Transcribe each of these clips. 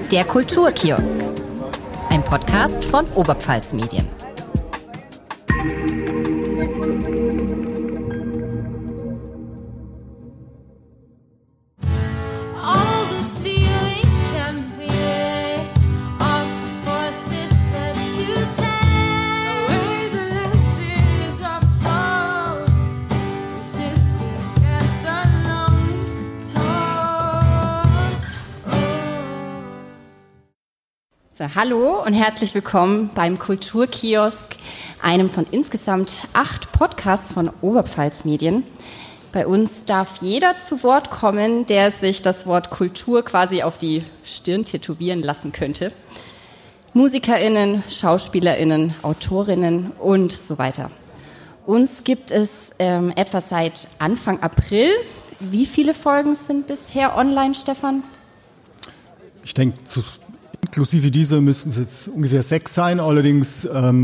Der Kulturkiosk, ein Podcast von Oberpfalz Medien. So, hallo und herzlich willkommen beim Kulturkiosk, einem von insgesamt 8 Podcasts von Oberpfalz Medien. Bei uns darf jeder zu Wort kommen, der sich das Wort Kultur quasi auf die Stirn tätowieren lassen könnte. MusikerInnen, SchauspielerInnen, AutorInnen und so weiter. Uns gibt es etwa seit Anfang April. Wie viele Folgen sind bisher online, Stefan? Ich denke, inklusive dieser müssten es jetzt ungefähr 6 sein. Allerdings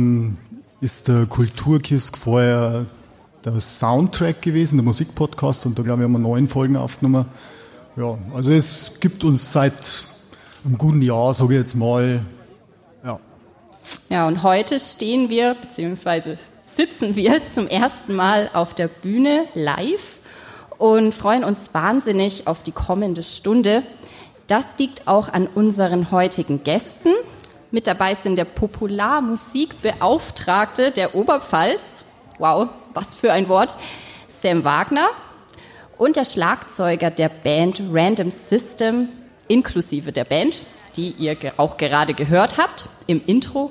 ist der Kulturkiosk vorher der Soundtrack gewesen, der Musikpodcast, und da glaube ich haben wir 9 Folgen aufgenommen. Ja, also es gibt uns seit einem guten Jahr, sage ich jetzt mal, ja. Ja, und heute stehen wir, beziehungsweise sitzen wir zum ersten Mal auf der Bühne live und freuen uns wahnsinnig auf die kommende Stunde. Das liegt auch an unseren heutigen Gästen. Mit dabei sind der Popularmusikbeauftragte der Oberpfalz, wow, was für ein Wort, Sam Wagner, und der Schlagzeuger der Band Random System, inklusive der Band, die ihr auch gerade gehört habt im Intro.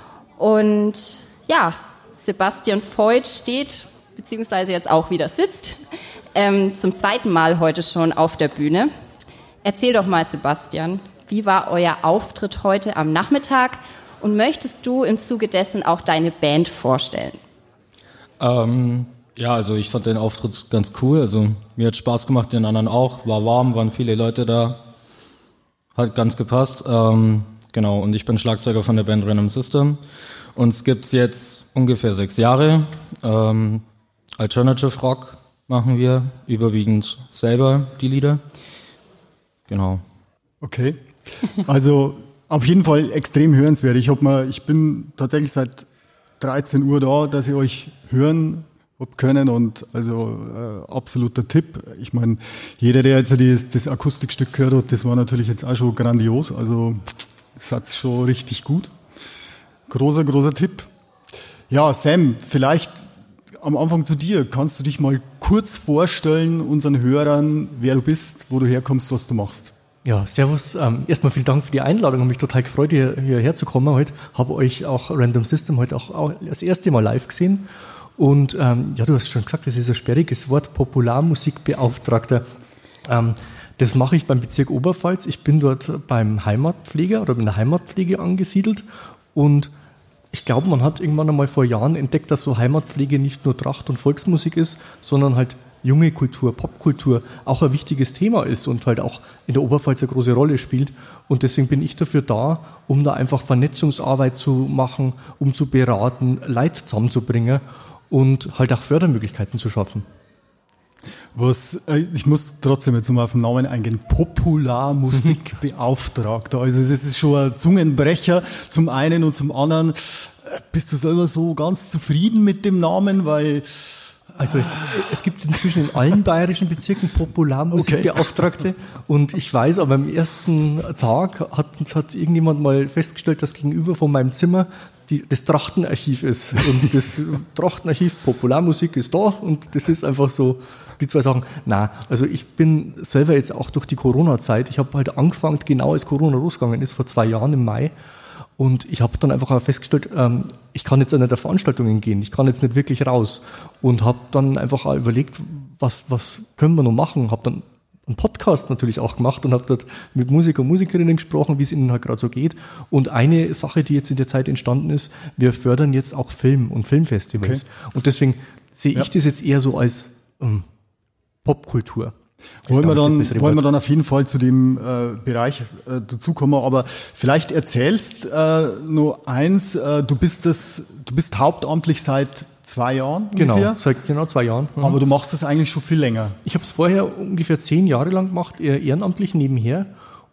Und ja, Sebastian Voigt steht, beziehungsweise jetzt auch wieder sitzt, zum zweiten Mal heute schon auf der Bühne. Erzähl doch mal, Sebastian, wie war euer Auftritt heute am Nachmittag und möchtest du im Zuge dessen auch deine Band vorstellen? Ja, also ich fand den Auftritt ganz cool, also mir hat Spaß gemacht, den anderen auch, war warm, waren viele Leute da, hat ganz gepasst, genau, und ich bin Schlagzeuger von der Band Random System. Uns gibt's jetzt ungefähr 6 Jahre, Alternative Rock machen wir, überwiegend selber die Lieder. Genau. Okay, also auf jeden Fall extrem hörenswert. Ich bin tatsächlich seit 13 Uhr da, dass ich euch hören hab können, und also absoluter Tipp. Ich meine, jeder, der jetzt das Akustikstück gehört hat, das war natürlich jetzt auch schon grandios, also Satz schon richtig gut. Großer Tipp. Ja, Sam, vielleicht am Anfang zu dir. Kannst du dich mal kurz vorstellen, unseren Hörern, wer du bist, wo du herkommst, was du machst? Ja, servus. Erstmal vielen Dank für die Einladung. Habe mich total gefreut, hierher zu kommen heute. Habe euch auch Random System heute auch das erste Mal live gesehen. Und ja, du hast schon gesagt, das ist ein sperriges Wort, Popularmusikbeauftragter. Das mache ich beim Bezirk Oberpfalz. Ich bin dort beim Heimatpfleger oder in der Heimatpflege angesiedelt. Und ich glaube, man hat irgendwann einmal vor Jahren entdeckt, dass so Heimatpflege nicht nur Tracht und Volksmusik ist, sondern halt junge Kultur, Popkultur auch ein wichtiges Thema ist und halt auch in der Oberpfalz eine große Rolle spielt. Und deswegen bin ich dafür da, um da einfach Vernetzungsarbeit zu machen, um zu beraten, Leute zusammenzubringen und halt auch Fördermöglichkeiten zu schaffen. Ich muss trotzdem jetzt mal auf den Namen eingehen, Popularmusikbeauftragter. Also das ist schon ein Zungenbrecher zum einen, und zum anderen, bist du selber so ganz zufrieden mit dem Namen, weil... Also es gibt inzwischen in allen bayerischen Bezirken Popularmusikbeauftragte, und ich weiß, aber am ersten Tag hat irgendjemand mal festgestellt, dass gegenüber von meinem Zimmer das Trachtenarchiv ist, und das Trachtenarchiv Popularmusik ist da, und das ist einfach so die zwei Sachen. Na, also ich bin selber jetzt auch durch die Corona-Zeit, ich habe halt angefangen, genau als Corona losgegangen ist, vor 2 Jahren im Mai. Und ich habe dann einfach festgestellt, ich kann jetzt an der Veranstaltungen gehen, ich kann jetzt nicht wirklich raus. Und habe dann einfach überlegt, was können wir noch machen. Habe dann einen Podcast natürlich auch gemacht und habe dort mit Musiker und Musikerinnen gesprochen, wie es ihnen halt gerade so geht. Und eine Sache, die jetzt in der Zeit entstanden ist, wir fördern jetzt auch Film und Filmfestivals. Okay. Und deswegen sehe ich das jetzt eher so als Popkultur. Wollen wir dann auf jeden Fall zu dem Bereich dazukommen, aber vielleicht erzählst nur eins, du bist hauptamtlich seit 2 Jahren ungefähr? Genau, seit 2 Jahren. Mhm. Aber du machst das eigentlich schon viel länger. Ich habe es vorher ungefähr 10 Jahre lang gemacht, eher ehrenamtlich nebenher,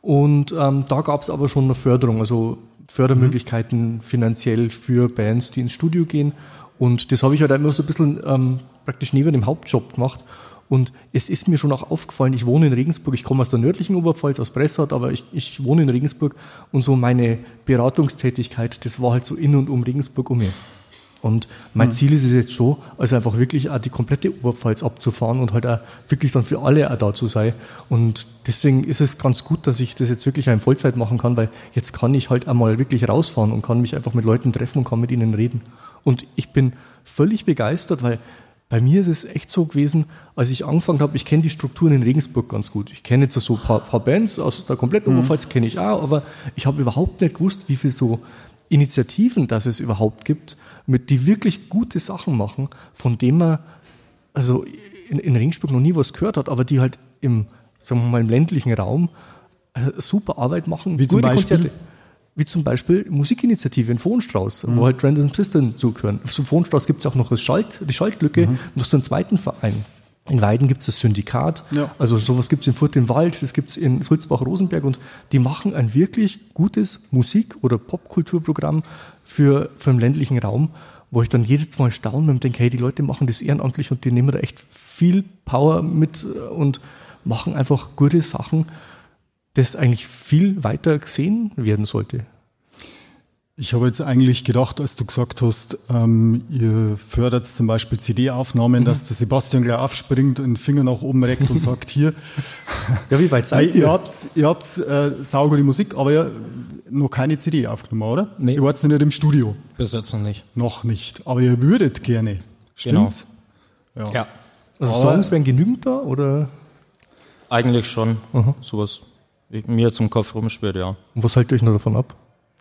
Und da gab es aber schon eine Förderung, also Fördermöglichkeiten finanziell für Bands, die ins Studio gehen. Und das habe ich halt immer so ein bisschen praktisch neben dem Hauptjob gemacht. Und es ist mir schon auch aufgefallen, ich wohne in Regensburg, ich komme aus der nördlichen Oberpfalz, aus Bressart, aber ich wohne in Regensburg und so meine Beratungstätigkeit, das war halt so in und um Regensburg um mich. Und mein Ziel ist es jetzt schon, also einfach wirklich auch die komplette Oberpfalz abzufahren und halt auch wirklich dann für alle auch da zu sein. Und deswegen ist es ganz gut, dass ich das jetzt wirklich auch in Vollzeit machen kann, weil jetzt kann ich halt einmal wirklich rausfahren und kann mich einfach mit Leuten treffen und kann mit ihnen reden. Und ich bin völlig begeistert, weil bei mir ist es echt so gewesen, als ich angefangen habe, ich kenne die Strukturen in Regensburg ganz gut. Ich kenne jetzt so ein paar Bands aus der kompletten Oberpfalz, kenne ich auch, aber ich habe überhaupt nicht gewusst, wie viel so Initiativen das es überhaupt gibt, die wirklich gute Sachen machen, von denen man also in Regensburg noch nie was gehört hat, aber die halt im ländlichen Raum super Arbeit machen. Wie zum Beispiel? Konzerte. Wie zum Beispiel Musikinitiative in Vohnstrauß, wo halt Random System zugehören. Auf Vohnstrauß gibt es auch noch die Schaltlücke, noch so einen zweiten Verein. In Weiden gibt es das Syndikat, also sowas gibt es in Furt im Wald, das gibt es in Sulzbach-Rosenberg und die machen ein wirklich gutes Musik- oder Popkulturprogramm für den ländlichen Raum, wo ich dann jedes Mal staune und denke, hey, die Leute machen das ehrenamtlich und die nehmen da echt viel Power mit und machen einfach gute Sachen, das eigentlich viel weiter gesehen werden sollte. Ich habe jetzt eigentlich gedacht, als du gesagt hast, ihr fördert zum Beispiel CD-Aufnahmen, dass der Sebastian gleich aufspringt und den Finger nach oben reckt und sagt, hier. Ja, wie weit seid ihr? Ihr habt saugute Musik, aber ja noch keine CD aufgenommen, oder? Nee. Ihr wart noch nicht im Studio. Bis jetzt noch nicht. Noch nicht. Aber ihr würdet gerne. Stimmt's? Genau. Ja. Also Songs wären genügend da, oder? Eigentlich schon. Sowas wie mir zum Kopf rumspielt, ja. Und was haltet euch noch davon ab?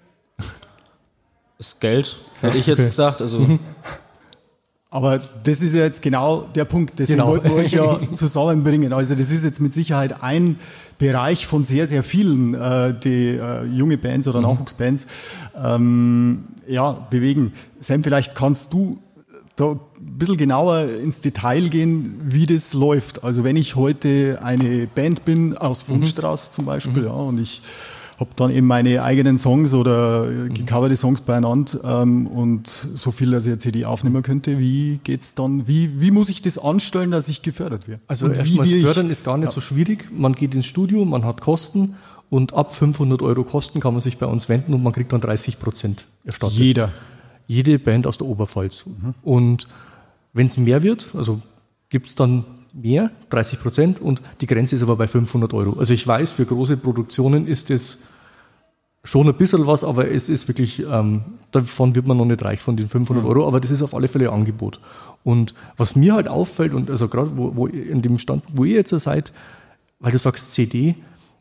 Das Geld, hätte ich jetzt gesagt. Also Aber das ist ja jetzt genau der Punkt, deswegen wollten wir euch ja zusammenbringen. Also das ist jetzt mit Sicherheit ein Bereich von sehr, sehr vielen, die junge Bands oder Nachwuchsbands bewegen. Sam, vielleicht kannst du da ein bisschen genauer ins Detail gehen, wie das läuft. Also wenn ich heute eine Band bin, aus Vohnstrauß zum Beispiel, und ich habe dann eben meine eigenen Songs oder gecoverte Songs beieinander und so viel, dass ich eine CD aufnehmen könnte. Wie geht's dann? Wie muss ich das anstellen, dass ich gefördert werde? Also erstmal fördern ist gar nicht so schwierig. Man geht ins Studio, man hat Kosten und ab 500 € Kosten kann man sich bei uns wenden und man kriegt dann 30% erstattet. Jede Band aus der Oberpfalz. Und wenn es mehr wird, also gibt es dann mehr, 30%, und die Grenze ist aber bei 500 €. Also ich weiß, für große Produktionen ist das schon ein bisschen was, aber es ist wirklich, davon wird man noch nicht reich von den 500 €, aber das ist auf alle Fälle ein Angebot. Und was mir halt auffällt, und also gerade wo in dem Stand, wo ihr jetzt seid, weil du sagst CD,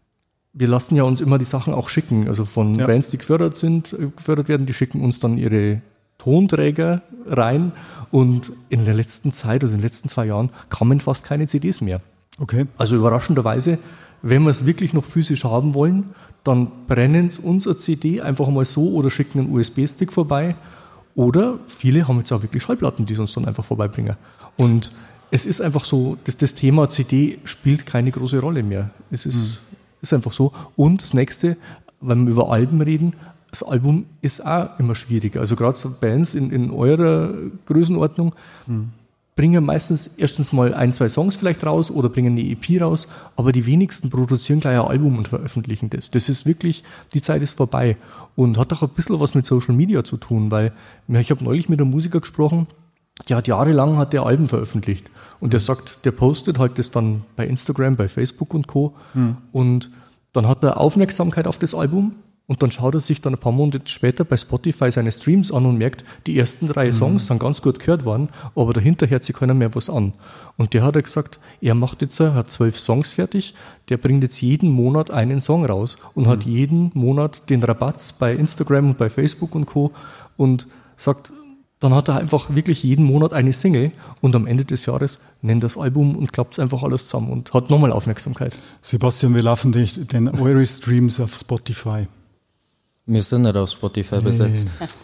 wir lassen ja uns immer die Sachen auch schicken, also von Bands, die gefördert werden, die schicken uns dann ihre Tonträger rein, und in der letzten Zeit, also in den letzten 2 Jahren, kamen fast keine CDs mehr. Okay. Also überraschenderweise, wenn wir es wirklich noch physisch haben wollen, dann brennen es uns eine CD einfach mal so oder schicken einen USB-Stick vorbei, oder viele haben jetzt auch wirklich Schallplatten, die sie uns dann einfach vorbeibringen. Und es ist einfach so, das Thema CD spielt keine große Rolle mehr. Es ist einfach so. Und das Nächste, wenn wir über Alben reden, das Album ist auch immer schwieriger. Also gerade so Bands in eurer Größenordnung bringen meistens erstens mal 1, 2 Songs vielleicht raus oder bringen eine EP raus, aber die wenigsten produzieren gleich ein Album und veröffentlichen das. Das ist wirklich, die Zeit ist vorbei, und hat auch ein bisschen was mit Social Media zu tun, weil ich habe neulich mit einem Musiker gesprochen, der hat jahrelang Alben veröffentlicht, und der sagt, der postet halt das dann bei Instagram, bei Facebook und Co. Und dann hat er Aufmerksamkeit auf das Album. Und dann schaut er sich dann ein paar Monate später bei Spotify seine Streams an und merkt, die ersten 3 Songs sind ganz gut gehört worden, aber dahinter hört sich keiner mehr was an. Und der hat gesagt, er hat 12 Songs fertig, der bringt jetzt jeden Monat einen Song raus und hat jeden Monat den Rabatz bei Instagram und bei Facebook und Co. Und sagt, dann hat er einfach wirklich jeden Monat eine Single, und am Ende des Jahres nennt das Album und klappt es einfach alles zusammen und hat nochmal Aufmerksamkeit. Sebastian, wir laufen denn eure Streams auf Spotify? Wir sind nicht auf Spotify besetzt.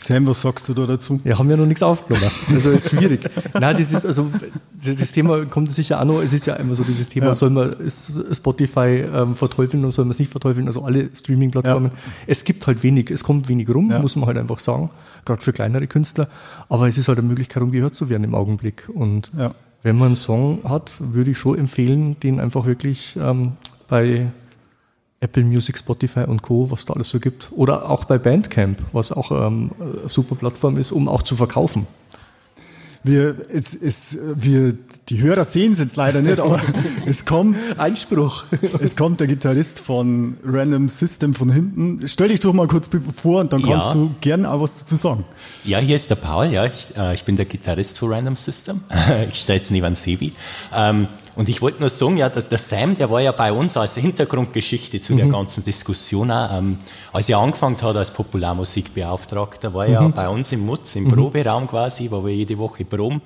Sam, was sagst du da dazu? Wir haben ja noch nichts aufgenommen. Also ist schwierig. Nein, das Thema kommt sicher auch noch. Es ist ja immer so dieses Thema, soll man Spotify verteufeln oder soll man es nicht verteufeln? Also alle Streaming-Plattformen. Ja. Es gibt halt wenig, es kommt wenig rum, muss man halt einfach sagen. Gerade für kleinere Künstler. Aber es ist halt eine Möglichkeit, um gehört zu werden im Augenblick. Und wenn man einen Song hat, würde ich schon empfehlen, den einfach wirklich bei Apple Music, Spotify und Co., was da alles so gibt. Oder auch bei Bandcamp, was auch eine super Plattform ist, um auch zu verkaufen. Die Hörer sehen es jetzt leider nicht, aber es kommt Einspruch. Es kommt der Gitarrist von Random System von hinten. Stell dich doch mal kurz vor und dann kannst du gern auch was dazu sagen. Ja, hier ist der Paul, ich bin der Gitarrist von Random System. Ich stehe jetzt neben Sebi. Und ich wollte nur sagen, der Sam, der war ja bei uns als Hintergrundgeschichte zu der ganzen Diskussion auch, als er angefangen hat als Popularmusikbeauftragter, war er bei uns im Mutz, im Proberaum quasi, wo wir jede Woche proben.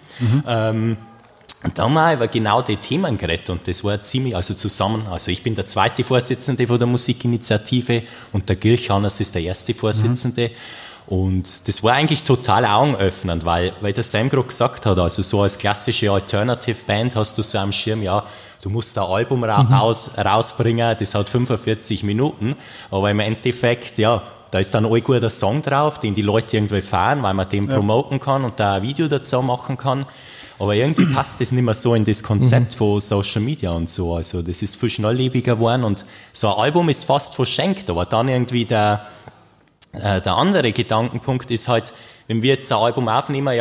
Und da haben wir über genau die Themen geredet und das war ziemlich, also ich bin der zweite Vorsitzende von der Musikinitiative und der Gil Hannes ist der erste Vorsitzende. Und das war eigentlich total augenöffnend, weil der Sam gerade gesagt hat, also so als klassische Alternative Band hast du so am Schirm, du musst ein Album rausbringen, das hat 45 Minuten, aber im Endeffekt, da ist dann ein guter Song drauf, den die Leute irgendwie fahren, weil man den promoten kann und da ein Video dazu machen kann. Aber irgendwie passt das nicht mehr so in das Konzept von Social Media und so. Also das ist viel schnelllebiger geworden und so ein Album ist fast verschenkt, aber dann irgendwie der andere Gedankenpunkt ist halt, wenn wir jetzt ein Album aufnehmen,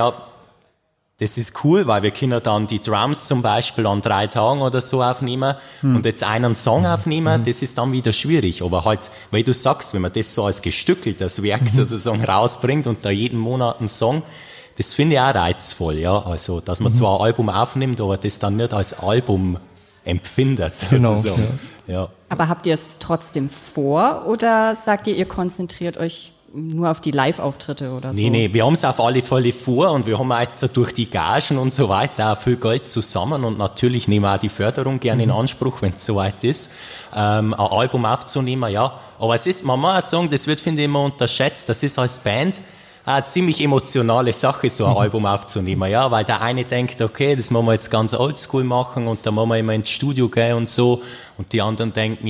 das ist cool, weil wir können dann die Drums zum Beispiel an 3 Tagen oder so aufnehmen und jetzt einen Song aufnehmen, das ist dann wieder schwierig. Aber halt, weil du sagst, wenn man das so als gestückeltes Werk sozusagen rausbringt und da jeden Monat einen Song, das finde ich auch reizvoll, Also, dass man zwar ein Album aufnimmt, aber das dann nicht als Album empfindet, sozusagen. Genau, ja. Aber habt ihr es trotzdem vor oder sagt ihr konzentriert euch nur auf die Live-Auftritte oder so? Nee, wir haben es auf alle Fälle vor und wir haben jetzt durch die Gagen und so weiter auch viel Geld zusammen und natürlich nehmen wir auch die Förderung gerne in Anspruch, wenn es soweit ist, ein Album aufzunehmen, Aber es ist, man muss auch sagen, das wird, finde ich, immer unterschätzt, das ist als Band eine ziemlich emotionale Sache, so ein Album aufzunehmen, weil der eine denkt, okay, das wollen wir jetzt ganz oldschool machen und dann wollen wir immer ins Studio gehen und so und die anderen denken,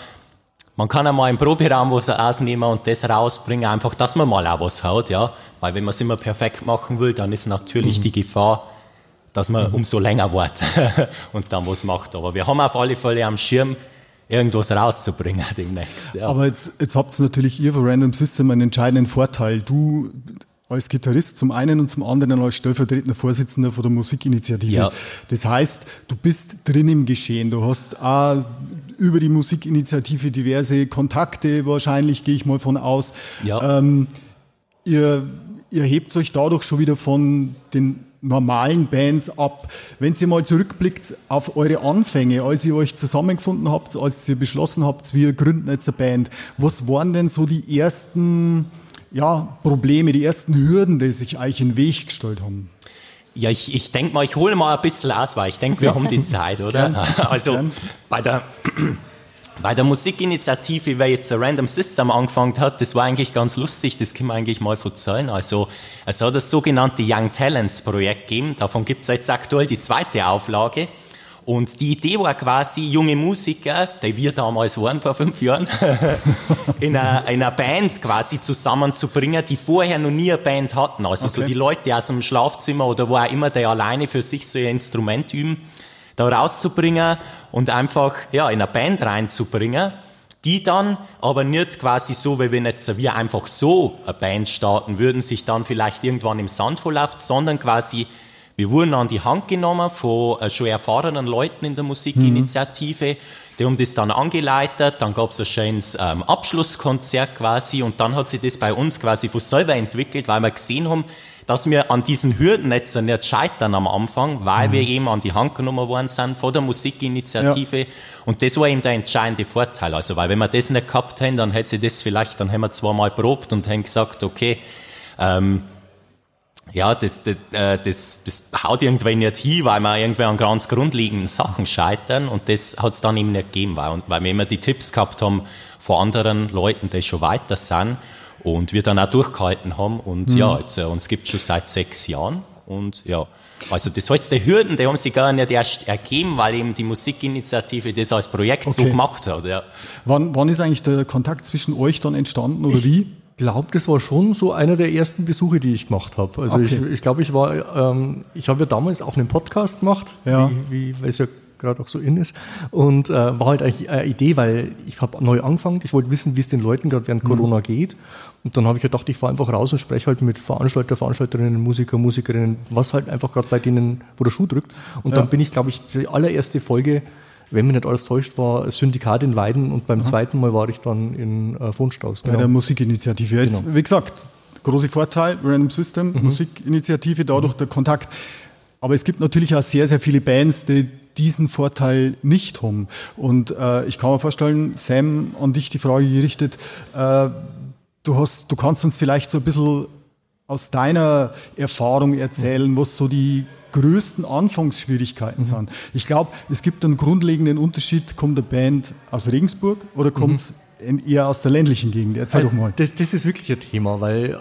man kann einmal im Proberaum was aufnehmen und das rausbringen, einfach, dass man mal auch was hat, weil wenn man es immer perfekt machen will, dann ist natürlich die Gefahr, dass man umso länger wartet und dann was macht, aber wir haben auf alle Fälle am Schirm, irgendwas rauszubringen demnächst. Aber jetzt habt ihr natürlich ihr für Random System einen entscheidenden Vorteil. Du als Gitarrist zum einen und zum anderen als stellvertretender Vorsitzender von der Musikinitiative. Ja. Das heißt, du bist drin im Geschehen. Du hast auch über die Musikinitiative diverse Kontakte, wahrscheinlich gehe ich mal von aus. Ja. Ihr hebt euch dadurch schon wieder von den normalen Bands ab. Wenn ihr mal zurückblickt auf eure Anfänge, als ihr euch zusammengefunden habt, als ihr beschlossen habt, wir gründen jetzt eine Band, was waren denn so die ersten Probleme, die ersten Hürden, die sich euch in den Weg gestellt haben? Ja, ich denke mal, ich hole mal ein bisschen aus, weil ich denke, wir haben die Zeit, oder? Gern. Also bei der Musikinitiative, wer jetzt ein Random System angefangen hat, das war eigentlich ganz lustig, das können wir eigentlich mal erzählen. Also es hat das sogenannte Young Talents Projekt gegeben, davon gibt es jetzt aktuell die 2. Auflage. Und die Idee war quasi, junge Musiker, die wir damals waren vor 5 Jahren, in einer Band quasi zusammenzubringen, die vorher noch nie eine Band hatten. Also so die Leute aus dem Schlafzimmer oder wo auch immer, die alleine für sich so ihr Instrument üben, da rauszubringen und einfach in eine Band reinzubringen, die dann aber nicht quasi so, wie wenn jetzt wir einfach so eine Band starten würden, sich dann vielleicht irgendwann im Sand verläuft, sondern quasi wir wurden an die Hand genommen von schon erfahrenen Leuten in der Musikinitiative, die haben das dann angeleitet, dann gab es ein schönes Abschlusskonzert quasi und dann hat sich das bei uns quasi von selber entwickelt, weil wir gesehen haben, dass wir an diesen Hürden jetzt nicht scheitern am Anfang, weil wir eben an die Hand genommen worden sind von der Musikinitiative und das war eben der entscheidende Vorteil, also weil wenn wir das nicht gehabt hätten, dann hätte sich das vielleicht, dann haben wir zweimal probt und haben gesagt, okay, das haut irgendwie nicht hin, weil wir irgendwie an ganz grundlegenden Sachen scheitern und das hat es dann eben nicht gegeben, weil wir immer die Tipps gehabt haben von anderen Leuten, die schon weiter sind Und wir dann auch durchgehalten haben und jetzt, uns gibt es schon seit 6 Jahren und ja, also das heißt, die Hürden, die haben sich gar nicht erst ergeben, weil eben die Musikinitiative das als Projekt so gemacht hat. Ja. Wann ist eigentlich der Kontakt zwischen euch dann entstanden oder wie? Ich glaube, das war schon so einer der ersten Besuche, die ich gemacht habe. Also ich glaube, ich habe ja damals auch einen Podcast gemacht, wie weil es ja gerade auch so in ist. Und war halt eigentlich eine Idee, weil ich habe neu angefangen. Ich wollte wissen, wie es den Leuten gerade während Corona geht. Und dann habe ich gedacht, ich fahre einfach raus und spreche halt mit Veranstalter, Veranstalterinnen, Musiker, Musikerinnen, was halt einfach gerade bei denen, wo der Schuh drückt. Und dann bin ich, glaube ich, die allererste Folge, wenn mich nicht alles täuscht, war Syndikat in Weiden und beim zweiten Mal war ich dann in Vonstrauß. Bei der Musikinitiative. Jetzt, wie gesagt, großer Vorteil, Random System, Musikinitiative, dadurch der Kontakt. Aber es gibt natürlich auch sehr, sehr viele Bands, die diesen Vorteil nicht haben. Und ich kann mir vorstellen, Sam, an dich die Frage gerichtet, du kannst uns vielleicht so ein bisschen aus deiner Erfahrung erzählen, was so die größten Anfangsschwierigkeiten sind. Ich glaube, es gibt einen grundlegenden Unterschied, kommt eine Band aus Regensburg oder kommt es eher aus der ländlichen Gegend? Erzähl doch mal. Das ist wirklich ein Thema, weil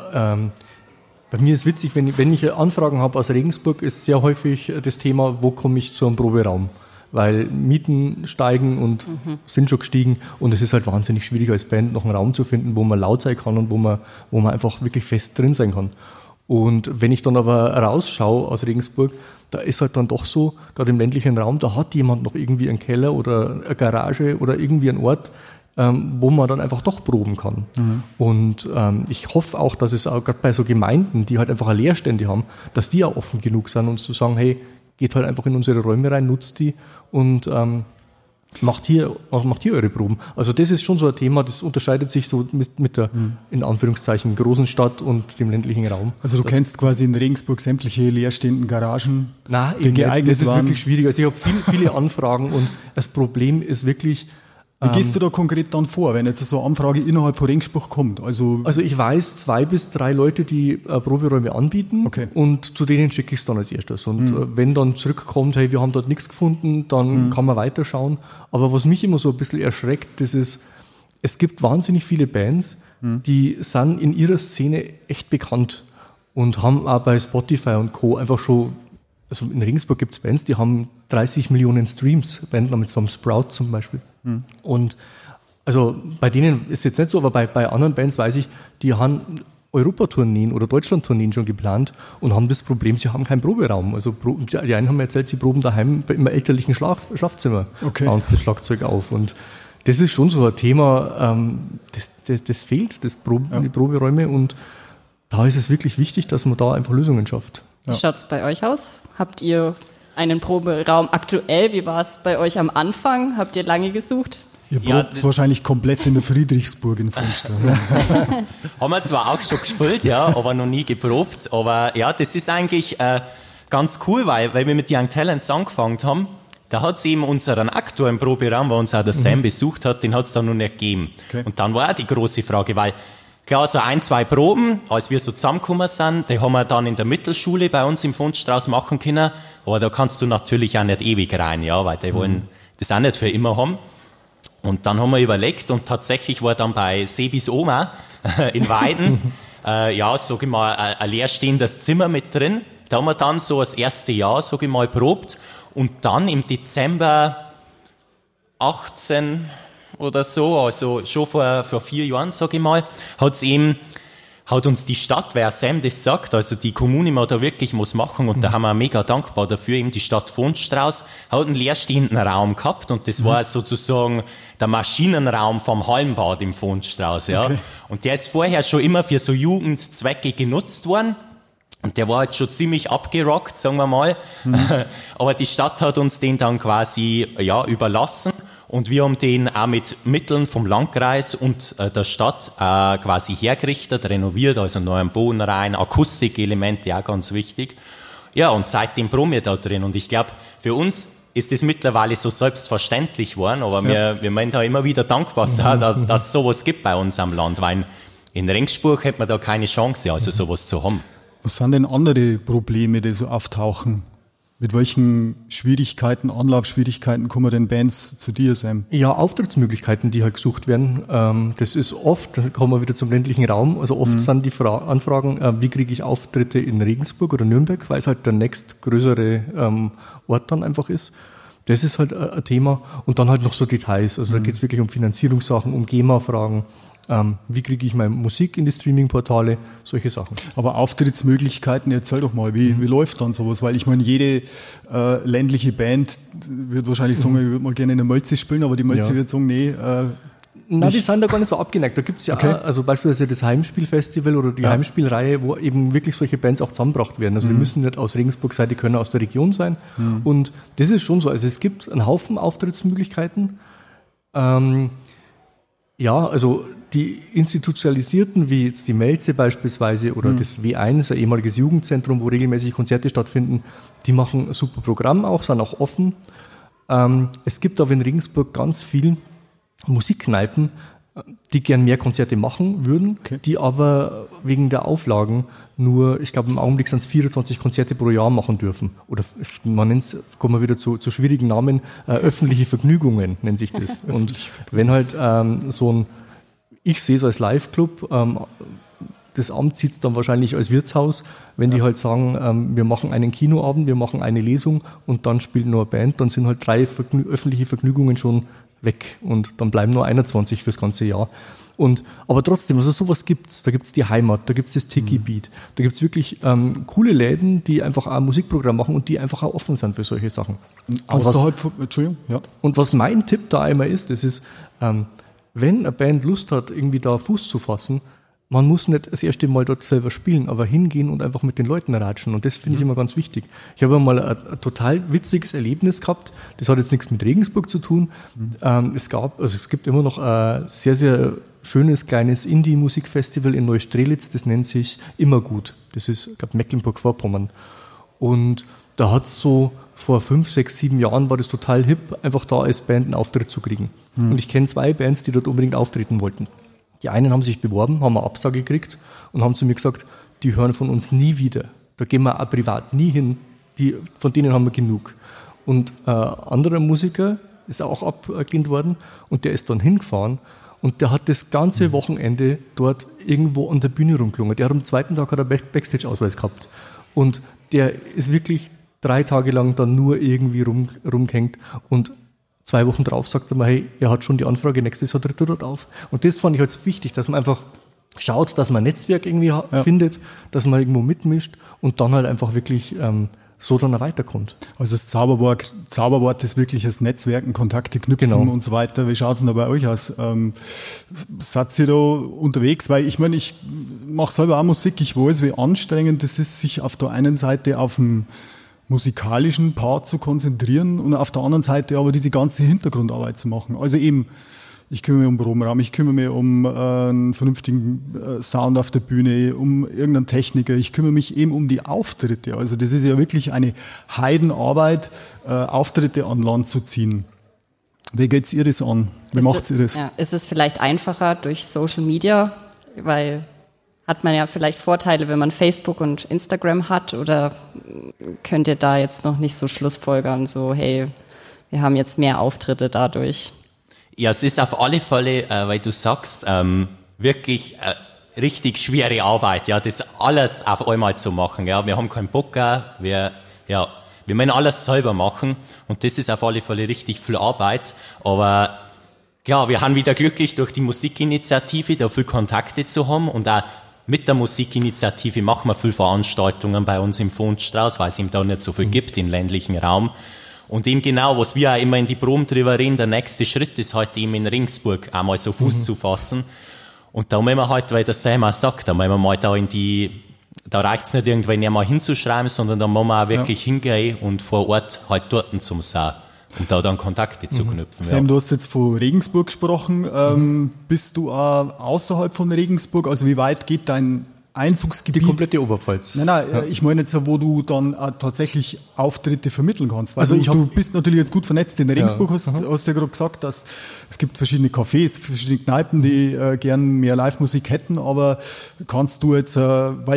bei mir ist witzig, wenn ich Anfragen habe aus Regensburg, ist sehr häufig das Thema, wo komme ich zu einem Proberaum? Weil Mieten steigen und sind schon gestiegen und es ist halt wahnsinnig schwierig als Band noch einen Raum zu finden, wo man laut sein kann und wo man einfach wirklich fest drin sein kann. Und wenn ich dann aber rausschaue aus Regensburg, da ist halt dann doch so, gerade im ländlichen Raum, da hat jemand noch irgendwie einen Keller oder eine Garage oder irgendwie einen Ort, wo man dann einfach doch proben kann. Und ich hoffe auch, dass es auch gerade bei so Gemeinden, die halt einfach Leerstände haben, dass die auch offen genug sind und zu sagen, hey, geht halt einfach in unsere Räume rein, nutzt die und macht hier eure Proben. Also das ist schon so ein Thema, das unterscheidet sich so mit der, in Anführungszeichen, großen Stadt und dem ländlichen Raum. Also du kennst quasi in Regensburg sämtliche leerstehenden Garagen, die geeignet das ist wirklich schwierig. Also ich habe viele Anfragen und das Problem ist wirklich... Wie gehst du da konkret dann vor, wenn jetzt so eine Anfrage innerhalb von Regensburg kommt? Also ich weiß 2 bis 3 Leute, die Proberäume anbieten und zu denen schicke ich es dann als erstes. Und wenn dann zurückkommt, hey, wir haben dort nichts gefunden, dann kann man weiterschauen. Aber was mich immer so ein bisschen erschreckt, das ist, es gibt wahnsinnig viele Bands, die sind in ihrer Szene echt bekannt und haben auch bei Spotify und Co. einfach schon, also in Regensburg gibt es Bands, die haben 30 Millionen Streams, Band namens Sprout zum Beispiel. Und also bei denen ist jetzt nicht so, aber bei anderen Bands weiß ich, die haben Europatourneen oder Deutschlandtourneen schon geplant und haben das Problem, sie haben keinen Proberaum. Also die einen haben mir erzählt, sie proben daheim im elterlichen Schlafzimmer, bauen das Schlagzeug auf. Und das ist schon so ein Thema, das fehlt, die Proberäume. Und da ist es wirklich wichtig, dass man da einfach Lösungen schafft. Wie schaut es bei euch aus? Habt ihr einen Proberaum aktuell? Wie war es bei euch am Anfang? Habt ihr lange gesucht? Ihr probt wahrscheinlich komplett in der Friedrichsburg in Vonstrauß. Haben wir zwar auch schon gespielt, aber noch nie geprobt. Aber ja, das ist eigentlich ganz cool, weil wir mit Young Talents angefangen haben. Da hat es eben unseren aktuellen Proberaum, wo uns auch der Sam besucht hat, den hat es dann noch nicht gegeben. Okay. Und dann war auch die große Frage, weil klar, so 1, 2 Proben, als wir so zusammengekommen sind, die haben wir dann in der Mittelschule bei uns im Vonstrauß machen können. Aber da kannst du natürlich auch nicht ewig rein, weil die wollen das auch nicht für immer haben. Und dann haben wir überlegt und tatsächlich war dann bei Sebis Oma in Weiden, sag ich mal, ein leerstehendes Zimmer mit drin. Da haben wir dann so das erste Jahr, sag ich mal, probt. Und dann im Dezember 18 oder so, also schon vor 4 Jahren, sag ich mal, hat uns die Stadt, wer Sam das sagt, also die Kommune muss da wirklich was machen und da haben wir mega dankbar dafür, eben die Stadt Vonstrauß hat einen leerstehenden Raum gehabt und das war sozusagen der Maschinenraum vom Hallenbad im Vonstrauß, Okay. Und der ist vorher schon immer für so Jugendzwecke genutzt worden. Und der war halt schon ziemlich abgerockt, sagen wir mal. Aber die Stadt hat uns den dann quasi, überlassen. Und wir haben den auch mit Mitteln vom Landkreis und der Stadt quasi hergerichtet, renoviert, also neuen Boden rein, Akustikelemente, auch ganz wichtig. Ja, und seitdem proben wir da drin. Und ich glaube, für uns ist das mittlerweile so selbstverständlich geworden, aber wir meinen da immer wieder dankbar sein, dass es sowas gibt bei uns am Land, weil in Regensburg hätte man da keine Chance, also sowas zu haben. Was sind denn andere Probleme, die so auftauchen? Mit welchen Schwierigkeiten, Anlaufschwierigkeiten kommen denn Bands zu dir, Sam? Ja, Auftrittsmöglichkeiten, die halt gesucht werden. Das ist oft, da kommen wir wieder zum ländlichen Raum, also oft sind die Anfragen, wie kriege ich Auftritte in Regensburg oder Nürnberg, weil es halt der nächstgrößere Ort dann einfach ist. Das ist halt ein Thema. Und dann halt noch so Details. Also da geht es wirklich um Finanzierungssachen, um GEMA-Fragen. Wie kriege ich meine Musik in die Streaming-Portale, solche Sachen. Aber Auftrittsmöglichkeiten, erzähl doch mal, wie läuft dann sowas? Weil ich meine, jede ländliche Band wird wahrscheinlich sagen, ich würde mal gerne in der Mölze spielen, aber die Mölze wird sagen, nee. Nein, die sind da gar nicht so abgeneigt. Da gibt es ja auch, also beispielsweise das Heimspielfestival oder die Heimspielreihe, wo eben wirklich solche Bands auch zusammengebracht werden. Also die müssen nicht aus Regensburg sein, die können aus der Region sein. Und das ist schon so. Also es gibt einen Haufen Auftrittsmöglichkeiten. Ja, also die institutionalisierten, wie jetzt die Melze beispielsweise oder das W1, ein ehemaliges Jugendzentrum, wo regelmäßig Konzerte stattfinden, die machen ein super Programm auch, sind auch offen. Es gibt aber in Regensburg ganz viel Musikkneipen, die gern mehr Konzerte machen würden, die aber wegen der Auflagen nur, ich glaube im Augenblick sind es 24 Konzerte pro Jahr machen dürfen. Oder man nennt es, kommen wir wieder zu schwierigen Namen, öffentliche Vergnügungen nennt sich das. Und wenn halt so ein, ich sehe es als Live-Club, das Amt sieht es dann wahrscheinlich als Wirtshaus, wenn die halt sagen, wir machen einen Kinoabend, wir machen eine Lesung und dann spielt nur eine Band, dann sind halt 3 öffentliche Vergnügungen schon weg und dann bleiben nur 21 fürs ganze Jahr. Aber trotzdem, also sowas gibt's. Da gibt's die Heimat, da gibt's das Tiki Beat, da gibt's wirklich coole Läden, die einfach auch ein Musikprogramm machen und die einfach auch offen sind für solche Sachen. Außerhalb von, Entschuldigung, ja. Und was mein Tipp da einmal ist, das ist, wenn eine Band Lust hat, irgendwie da Fuß zu fassen, man muss nicht das erste Mal dort selber spielen, aber hingehen und einfach mit den Leuten ratschen. Und das finde ich immer ganz wichtig. Ich habe mal ein total witziges Erlebnis gehabt. Das hat jetzt nichts mit Regensburg zu tun. Es gibt immer noch ein sehr, sehr schönes kleines Indie-Musikfestival in Neustrelitz. Das nennt sich Immergut. Das ist, ich glaube, Mecklenburg-Vorpommern. Und da hat es so vor 5, 6, 7 Jahren war das total hip, einfach da als Band einen Auftritt zu kriegen. Und ich kenne 2 Bands, die dort unbedingt auftreten wollten. Die einen haben sich beworben, haben eine Absage gekriegt und haben zu mir gesagt, die hören von uns nie wieder. Da gehen wir auch privat nie hin. Von denen haben wir genug. Und ein anderer Musiker ist auch abgelehnt worden und der ist dann hingefahren und der hat das ganze Wochenende dort irgendwo an der Bühne rumgelungen. Der hat am 2. Tag einen Backstage-Ausweis gehabt. Und der ist wirklich 3 Tage lang dann nur irgendwie rumgehängt und 2 Wochen drauf sagt er mir, hey, er hat schon die Anfrage, nächstes Jahr tritt er dort auf. Und das fand ich halt so wichtig, dass man einfach schaut, dass man ein Netzwerk irgendwie findet, dass man irgendwo mitmischt und dann halt einfach wirklich so dann auch weiterkommt. Also das Zauberwort ist wirklich das Netzwerken, Kontakte knüpfen und so weiter. Wie schaut es denn da bei euch aus? Seid ihr da unterwegs? Weil ich meine, ich mache selber auch Musik, ich weiß, wie anstrengend es ist, sich auf der einen Seite auf dem musikalischen Part zu konzentrieren und auf der anderen Seite aber diese ganze Hintergrundarbeit zu machen. Also eben, ich kümmere mich um Proberaum, ich kümmere mich um einen vernünftigen Sound auf der Bühne, um irgendeinen Techniker, ich kümmere mich eben um die Auftritte. Also das ist ja wirklich eine Heidenarbeit, Auftritte an Land zu ziehen. Wie geht's ihr das an? Wie macht ihr das? Ja, ist es vielleicht einfacher durch Social Media, weil hat man ja vielleicht Vorteile, wenn man Facebook und Instagram hat, oder könnt ihr da jetzt noch nicht so schlussfolgern, so hey, wir haben jetzt mehr Auftritte dadurch? Ja, es ist auf alle Fälle, weil du sagst, wirklich richtig schwere Arbeit, ja, das alles auf einmal zu machen, ja, wir haben keinen Bock, wir müssen alles selber machen und das ist auf alle Fälle richtig viel Arbeit, aber klar, wir haben wieder glücklich durch die Musikinitiative, da viel Kontakte zu haben und auch mit der Musikinitiative machen wir viele Veranstaltungen bei uns im Fundstrauß, weil es eben da nicht so viel gibt im ländlichen Raum. Und eben genau, was wir auch immer in die Proben drüber reden, der nächste Schritt ist halt eben in Regensburg einmal so Fuß zu fassen. Und da müssen wir halt, weil der Sam auch sagt, da müssen wir mal da reicht es nicht irgendwann mal hinzuschreiben, sondern da müssen wir auch wirklich hingehen und vor Ort halt dort zum sein. Und da dann Kontakte zu knüpfen. Sam, du hast jetzt von Regensburg gesprochen. Bist du außerhalb von Regensburg? Also wie weit geht dein Einzugsgebiet? Die komplette Oberpfalz. Nein, ich meine jetzt, wo du dann tatsächlich Auftritte vermitteln kannst. Weil du bist natürlich jetzt gut vernetzt in Regensburg, hast du ja gerade gesagt, dass es gibt verschiedene Cafés, verschiedene Kneipen, die gern mehr Live-Musik hätten, aber kannst du jetzt, weil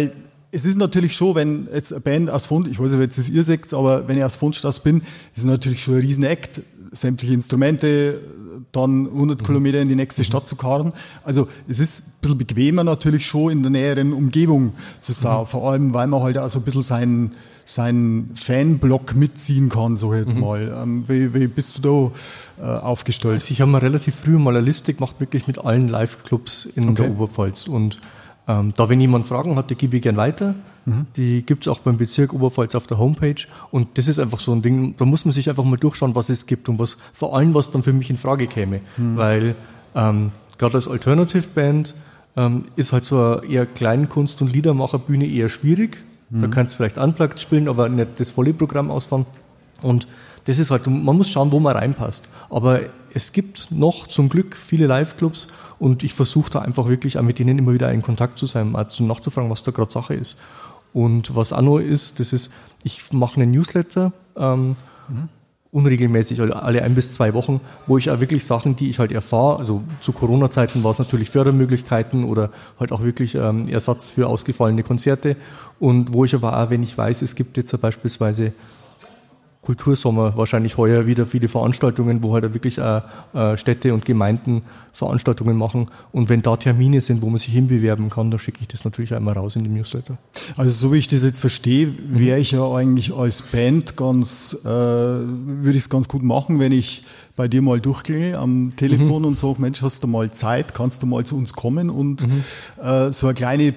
es ist natürlich schon, wenn jetzt eine Band aus Fond, ich weiß nicht, jetzt ist ihr sagt, aber wenn ich aus Fondstraße bin, ist es natürlich schon ein Riesen-Act, sämtliche Instrumente, dann 100 Kilometer in die nächste Stadt zu karren. Also es ist ein bisschen bequemer natürlich schon in der näheren Umgebung zu sein, vor allem, weil man halt auch so ein bisschen seinen Fanblock mitziehen kann, so jetzt mal. Wie bist du da aufgestellt? Also ich habe mir relativ früh mal eine Liste gemacht, wirklich mit allen Live-Clubs in der Oberpfalz. Und da, wenn jemand Fragen hat, die gebe ich gern weiter. Die gibt es auch beim Bezirk Oberpfalz auf der Homepage. Und das ist einfach so ein Ding, da muss man sich einfach mal durchschauen, was es gibt und was vor allem, was dann für mich in Frage käme. Weil gerade als Alternative Band ist halt so eine eher Kleinkunst- und Liedermacherbühne eher schwierig. Da kannst du vielleicht unplugged spielen, aber nicht das volle Programm ausfahren. Und das ist halt, man muss schauen, wo man reinpasst. Aber es gibt noch zum Glück viele Live-Clubs und ich versuche da einfach wirklich auch mit denen immer wieder in Kontakt zu sein, also nachzufragen, was da gerade Sache ist. Und was auch noch ist, das ist, ich mache einen Newsletter, unregelmäßig, also alle 1 bis 2 Wochen, wo ich auch wirklich Sachen, die ich halt erfahre, also zu Corona-Zeiten war es natürlich Fördermöglichkeiten oder halt auch wirklich Ersatz für ausgefallene Konzerte und wo ich aber auch, wenn ich weiß, es gibt jetzt beispielsweise Kultursommer, wahrscheinlich heuer wieder viele Veranstaltungen, wo halt wirklich Städte und Gemeinden Veranstaltungen machen. Und wenn da Termine sind, wo man sich hinbewerben kann, da schicke ich das natürlich einmal raus in dem Newsletter. Also so wie ich das jetzt verstehe, wäre ich ja eigentlich als Band würde ich es ganz gut machen, wenn ich bei dir mal durchklinge am Telefon und sage, Mensch, hast du mal Zeit, kannst du mal zu uns kommen und so eine kleine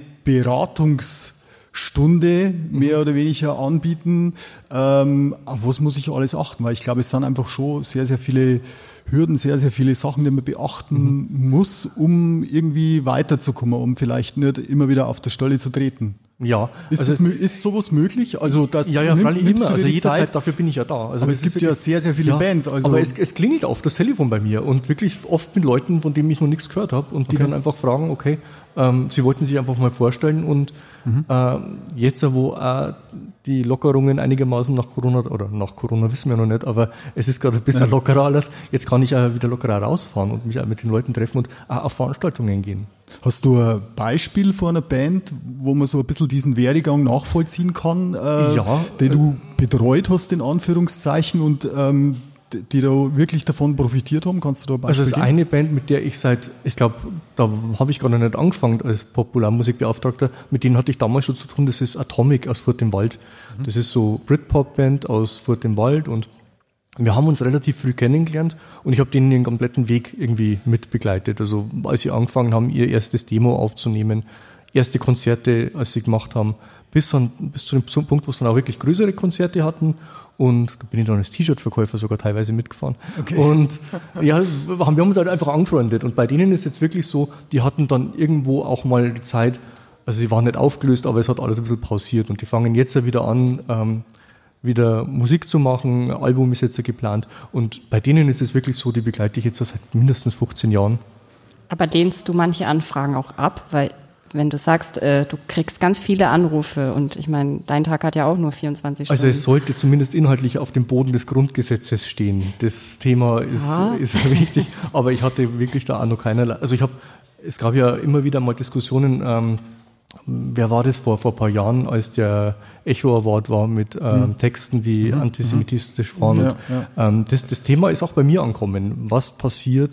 Beratungsstunde mehr oder weniger anbieten. Auf was muss ich alles achten? Weil ich glaube, es sind einfach schon sehr, sehr viele Hürden, sehr, sehr viele Sachen, die man beachten muss, um irgendwie weiterzukommen, um vielleicht nicht immer wieder auf der Stelle zu treten. Ja. Ist sowas möglich? Also das ja, freilich immer. Also jederzeit, dafür bin ich ja da. Also aber es gibt ja sehr, sehr viele Bands. Also aber es klingelt auf das Telefon bei mir und wirklich oft mit Leuten, von denen ich noch nichts gehört habe und die dann einfach fragen, okay, sie wollten sich einfach mal vorstellen und jetzt, wo die Lockerungen einigermaßen nach Corona wissen wir noch nicht, aber es ist gerade ein bisschen lockerer alles, jetzt kann ich wieder lockerer rausfahren und mich auch mit den Leuten treffen und auf Veranstaltungen gehen. Hast du ein Beispiel von einer Band, wo man so ein bisschen diesen Werdegang nachvollziehen kann, den du betreut hast, in Anführungszeichen, und die da wirklich davon profitiert haben? Kannst du da ein Beispiel geben? Also es ist eine Band, mit der ich ich glaube, da habe ich gar nicht angefangen als Popularmusikbeauftragter, mit denen hatte ich damals schon zu tun, das ist Atomic aus Furt im Wald. Das ist so Britpop-Band aus Furt im Wald und wir haben uns relativ früh kennengelernt und ich habe denen den kompletten Weg irgendwie mitbegleitet. Also als sie angefangen haben, ihr erstes Demo aufzunehmen, erste Konzerte, als sie gemacht haben, bis zu dem Punkt, wo sie dann auch wirklich größere Konzerte hatten. Und da bin ich dann als T-Shirt-Verkäufer sogar teilweise mitgefahren. Okay. Und ja, wir haben uns halt einfach angefreundet. Und bei denen ist jetzt wirklich so, die hatten dann irgendwo auch mal die Zeit, also sie waren nicht aufgelöst, aber es hat alles ein bisschen pausiert. Und die fangen jetzt ja wieder an, wieder Musik zu machen, ein Album ist jetzt geplant und bei denen ist es wirklich so, die begleite ich jetzt seit mindestens 15 Jahren. Aber lehnst du manche Anfragen auch ab? Weil wenn du sagst, du kriegst ganz viele Anrufe und ich meine, dein Tag hat ja auch nur 24 Stunden. Also es sollte zumindest inhaltlich auf dem Boden des Grundgesetzes stehen. Das Thema ist wichtig, aber ich hatte wirklich da auch noch keinerlei. Also es gab ja immer wieder mal Diskussionen, wer war das vor ein paar Jahren, als der Echo Award war mit Texten, die antisemitistisch waren. Das Thema ist auch bei mir angekommen. Was passiert,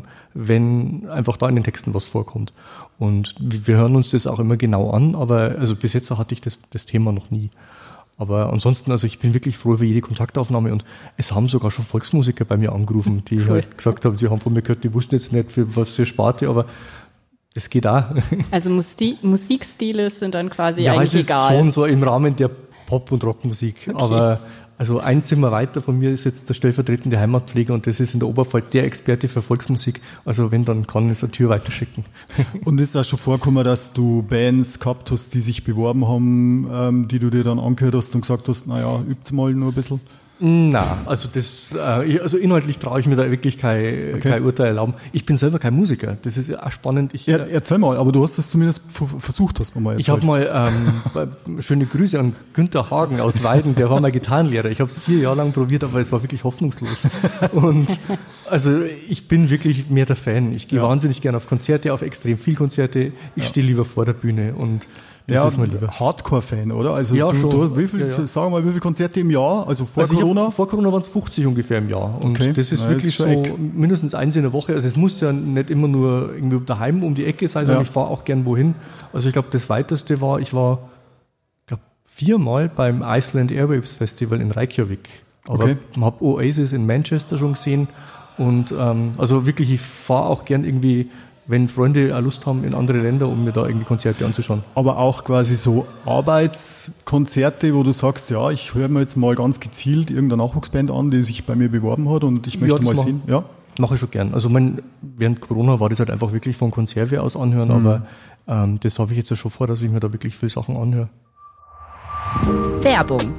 wenn einfach da in den Texten was vorkommt? Und wir hören uns das auch immer genau an, aber also bis jetzt hatte ich das Thema noch nie. Aber ansonsten, also ich bin wirklich froh über jede Kontaktaufnahme und es haben sogar schon Volksmusiker bei mir angerufen, die halt gesagt haben, sie haben von mir gehört, die wussten jetzt nicht, für was für Sparte, aber das geht auch. Also Musikstile sind dann quasi eigentlich egal. Ja, es ist schon so im Rahmen der Pop- und Rockmusik. Okay. Aber also ein Zimmer weiter von mir ist jetzt der stellvertretende Heimatpfleger und das ist in der Oberpfalz der Experte für Volksmusik. Also wenn, dann kann es eine Tür weiterschicken. Und ist auch schon vorgekommen, dass du Bands gehabt hast, die sich beworben haben, die du dir dann angehört hast und gesagt hast, naja, übt mal nur ein bisschen? Nein, also inhaltlich traue ich mir da wirklich kein Urteil erlauben. Ich bin selber kein Musiker, das ist auch spannend. Erzähl mal, aber du hast es zumindest versucht, hast du mal erzählt. Ich habe mal schöne Grüße an Günther Hagen aus Weiden, der war mein Gitarrenlehrer. Ich habe es 4 Jahre lang probiert, aber es war wirklich hoffnungslos. Und also ich bin wirklich mehr der Fan. Ich gehe wahnsinnig gerne auf Konzerte, auf extrem viel Konzerte. Ich stehe lieber vor der Bühne und Das ist mir lieber. Hardcore-Fan, oder? Also Ja, schon. Sagen wir mal, wie viele Konzerte im Jahr? Also vor Also Corona? Vor Corona waren es 50 ungefähr im Jahr. Und Okay. das ist Ja, wirklich das ist schon so mindestens eins in der Woche. Also es muss ja nicht immer nur irgendwie daheim um die Ecke sein, sondern ich fahre auch gern wohin. Also ich glaube, das Weiteste war, ich war 4-mal beim Iceland Airwaves Festival in Reykjavik. Aber Okay. ich habe Oasis in Manchester schon gesehen. Und also wirklich, ich fahre auch gern irgendwie, wenn Freunde auch Lust haben, in andere Länder, um mir da irgendwie Konzerte anzuschauen. Aber auch quasi so Arbeitskonzerte, wo du sagst, ja, ich höre mir jetzt mal ganz gezielt irgendeine Nachwuchsband an, die sich bei mir beworben hat und ich möchte das mal mach- sehen. Ja, Mache ich schon gern. Also während Corona war das halt einfach wirklich von Konserve aus anhören, aber das habe ich jetzt ja schon vor, dass ich mir da wirklich viele Sachen anhöre. Werbung.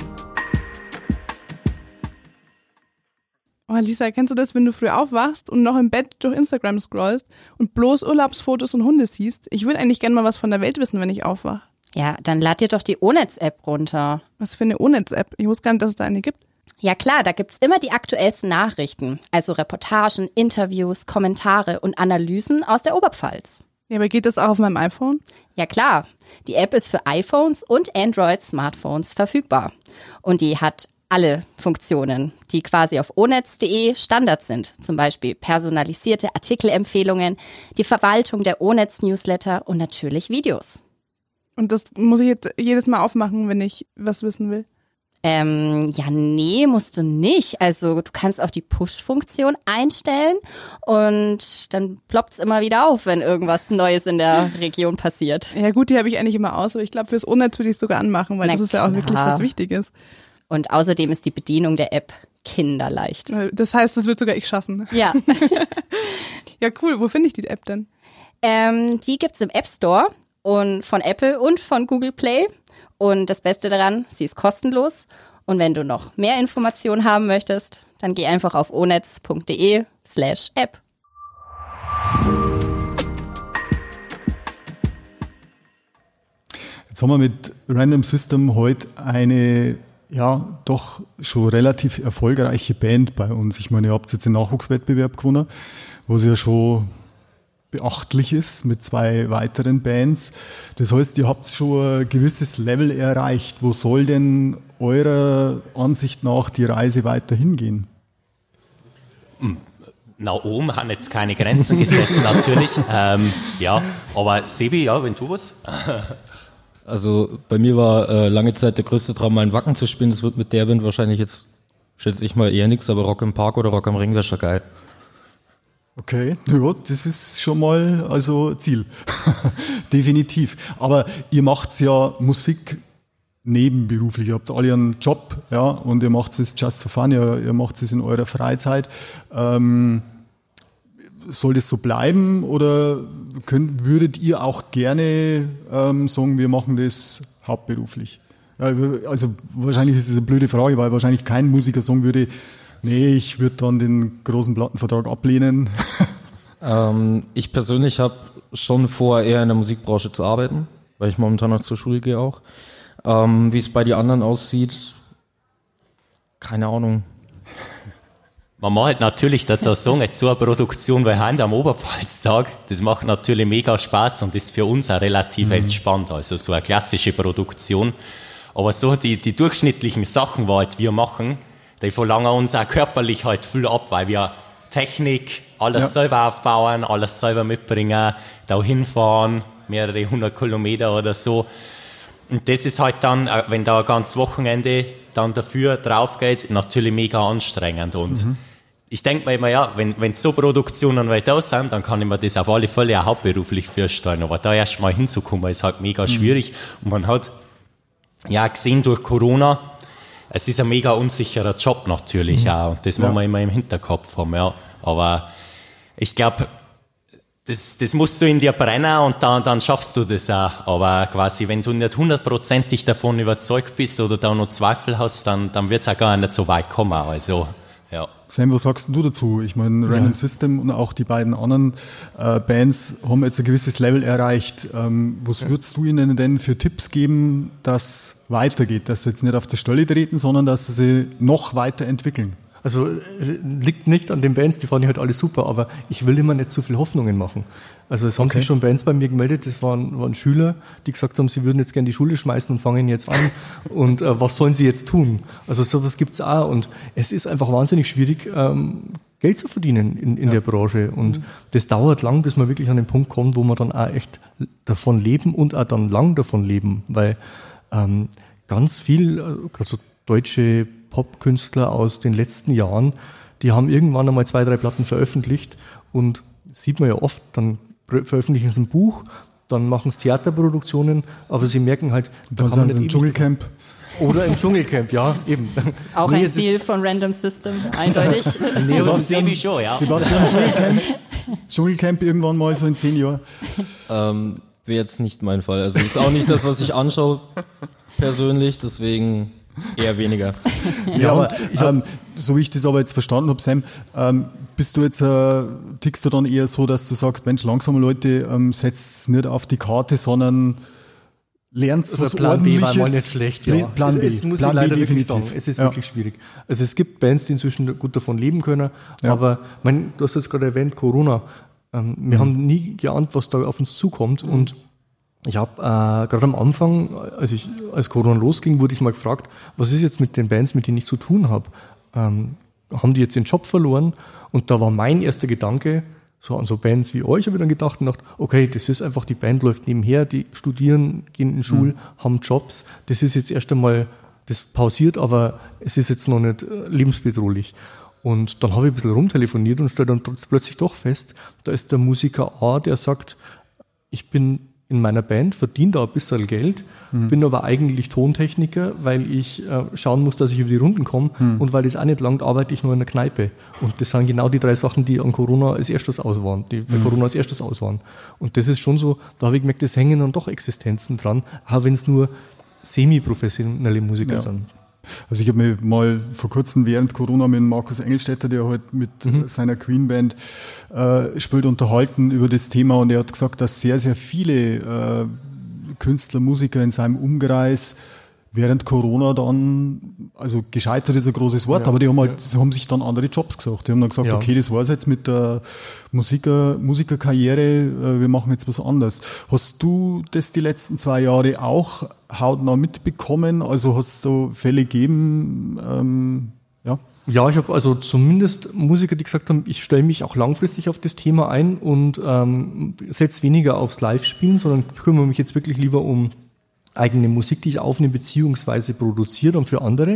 Oh, Lisa, kennst du das, wenn du früh aufwachst und noch im Bett durch Instagram scrollst und bloß Urlaubsfotos und Hunde siehst? Ich würde eigentlich gerne mal was von der Welt wissen, wenn ich aufwache. Ja, dann lad dir doch die Onetz-App runter. Was für eine Onetz-App? Ich wusste gar nicht, dass es da eine gibt. Ja klar, da gibt's immer die aktuellsten Nachrichten, also Reportagen, Interviews, Kommentare und Analysen aus der Oberpfalz. Ja, aber geht das auch auf meinem iPhone? Ja klar, die App ist für iPhones und Android-Smartphones verfügbar. Und die hat alle Funktionen, die quasi auf onetz.de Standard sind. Zum Beispiel personalisierte Artikelempfehlungen, die Verwaltung der Onetz-Newsletter und natürlich Videos. Und das muss ich jetzt jedes Mal aufmachen, wenn ich was wissen will. Ja, nee, musst du nicht. Also du kannst auch die Push-Funktion einstellen und dann ploppt's immer wieder auf, wenn irgendwas Neues in der Region passiert. Ja gut, die habe ich eigentlich immer aus, aber ich glaube, fürs Onetz würde ich es sogar anmachen, weil Na das ist ja auch wirklich klar. was Wichtiges. Und außerdem ist die Bedienung der App kinderleicht. Das heißt, das wird sogar ich schaffen. Ja, Ja, cool. Wo finde ich die App denn? die gibt's im App Store und von Apple und von Google Play. Und das Beste daran, sie ist kostenlos. Und wenn du noch mehr Informationen haben möchtest, dann geh einfach auf onetz.de/app. jetzt haben wir mit Random System heute eine, ja, doch schon relativ erfolgreiche Band bei uns. Ich meine, ihr habt jetzt den Nachwuchswettbewerb gewonnen, was ja schon beachtlich ist mit 2 weiteren Bands. Das heißt, ihr habt schon ein gewisses Level erreicht. Wo soll denn eurer Ansicht nach die Reise weiter hingehen? Nach oben haben jetzt keine Grenzen gesetzt, natürlich. Ja, aber Sebi, ja, wenn du was? Also bei mir war lange Zeit der größte Traum, mal in Wacken zu spielen. Das wird mit der Band wahrscheinlich jetzt, schätze ich mal, eher nichts, aber Rock im Park oder Rock am Ring wäre schon geil. Okay, ja, das ist schon mal also Ziel. Definitiv. Aber ihr macht ja Musik nebenberuflich. Ihr habt alle einen Job, ja, und ihr macht es just for fun, ihr macht es in eurer Freizeit. Soll das so bleiben oder würdet ihr auch gerne sagen, wir machen das hauptberuflich? Ja, also wahrscheinlich ist es eine blöde Frage, weil wahrscheinlich kein Musiker sagen würde, nee, ich würde dann den großen Plattenvertrag ablehnen. Ich persönlich habe schon vor, eher in der Musikbranche zu arbeiten, weil ich momentan noch zur Schule gehe auch. Wie es bei den anderen aussieht, keine Ahnung. Man macht halt natürlich dazu sagen, jetzt so eine Produktion wie heute am Oberpfalztag, das macht natürlich mega Spaß und ist für uns auch relativ entspannt, also so eine klassische Produktion. Aber so die durchschnittlichen Sachen, die halt wir machen, die verlangen uns auch körperlich halt viel ab, weil wir Technik, alles selber aufbauen, alles selber mitbringen, da hinfahren, mehrere 100 Kilometer oder so. Und das ist halt dann, wenn da ein ganzes Wochenende dann dafür drauf geht, natürlich mega anstrengend. Und ich denke mir immer, ja, wenn so Produktionen weit da sind, dann kann ich mir das auf alle Fälle auch hauptberuflich vorstellen. Aber da erst mal hinzukommen, ist halt mega schwierig. Und man hat ja gesehen durch Corona, es ist ein mega unsicherer Job natürlich auch. Und das muss man immer im Hinterkopf haben, ja. Aber ich glaube, das musst du in dir brennen und dann schaffst du das auch. Aber quasi, wenn du nicht 100%ig davon überzeugt bist oder da noch Zweifel hast, dann wird es auch gar nicht so weit kommen. Also, ja. Sam, was sagst du dazu? Ich meine, Random System und auch die beiden anderen Bands haben jetzt ein gewisses Level erreicht. Was würdest du ihnen denn für Tipps geben, dass weitergeht, dass sie jetzt nicht auf der Stelle treten, sondern dass sie sich noch weiterentwickeln? Also es liegt nicht an den Bands, die fand ich halt alle super, aber ich will immer nicht zu viel Hoffnungen machen. Also es haben sich schon Bands bei mir gemeldet, das waren Schüler, die gesagt haben, sie würden jetzt gerne die Schule schmeißen und fangen jetzt an und was sollen sie jetzt tun? Also sowas gibt's auch und es ist einfach wahnsinnig schwierig, Geld zu verdienen in der Branche und das dauert lang, bis man wirklich an den Punkt kommt, wo man dann auch echt davon leben und auch dann lang davon leben, weil ganz viel, also deutsche Popkünstler aus den letzten Jahren, die haben irgendwann einmal 2, 3 Platten veröffentlicht und sieht man ja oft, dann veröffentlichen sie ein Buch, dann machen sie Theaterproduktionen, aber sie merken halt, da kann man nicht im Dschungelcamp. Oder im Dschungelcamp, ja, eben. Auch ein Ziel von Random System, eindeutig. Sebastian, ja. Sebastian, Dschungelcamp irgendwann mal so in 10 Jahren. Wäre jetzt nicht mein Fall. Also ist auch nicht das, was ich anschaue persönlich, deswegen eher weniger. Ja, aber so wie ich das aber jetzt verstanden habe, Sam, bist du jetzt, tickst du dann eher so, dass du sagst, Mensch, langsam Leute, setzt nicht auf die Karte, sondern lernt was Plan B Ordentliches. war mal nicht schlecht, ja. Plan B, es muss Plan ich leider B wirklich definitiv. sagen. Es ist wirklich schwierig. Also es gibt Bands, die inzwischen gut davon leben können, aber du hast jetzt gerade erwähnt, Corona. Wir haben nie geahnt, was da auf uns zukommt und ich habe gerade am Anfang, als Corona losging, wurde ich mal gefragt, was ist jetzt mit den Bands, mit denen ich zu tun habe? Haben die jetzt den Job verloren? Und da war mein erster Gedanke, so an so Bands wie euch, habe ich dann gedacht und dachte, okay, das ist einfach, die Band läuft nebenher, die studieren, gehen in Schule, haben Jobs. Das ist jetzt erst einmal, das pausiert, aber es ist jetzt noch nicht lebensbedrohlich. Und dann habe ich ein bisschen rumtelefoniert und stelle dann plötzlich doch fest, da ist der Musiker A, der sagt, ich bin in meiner Band, verdiene da ein bisschen Geld, bin aber eigentlich Tontechniker, weil ich schauen muss, dass ich über die Runden komme und weil das auch nicht langt, arbeite ich nur in der Kneipe. Und das sind genau die 3 Sachen, die an Corona als erstes aus waren, die bei Corona als erstes aus waren. Und das ist schon so, da habe ich gemerkt, das hängen dann doch Existenzen dran, auch wenn es nur semi-professionelle Musiker sind. Also ich habe mich mal vor kurzem während Corona mit Markus Engelstädter, der halt mit seiner Queen-Band spielt, unterhalten über das Thema und er hat gesagt, dass sehr, sehr viele Künstler, Musiker in seinem Umkreis während Corona dann, also gescheitert ist ein großes Wort, aber die haben sich dann andere Jobs gesucht. Die haben dann gesagt, okay, das war's jetzt mit der Musikerkarriere, wir machen jetzt was anderes. Hast du das die letzten 2 Jahre auch hautnah mitbekommen? Also hat es da Fälle gegeben? Ja, ich habe also zumindest Musiker, die gesagt haben, ich stelle mich auch langfristig auf das Thema ein und setze weniger aufs Live-Spielen, sondern kümmere mich jetzt wirklich lieber um eigene Musik, die ich aufnehme beziehungsweise produziere und für andere.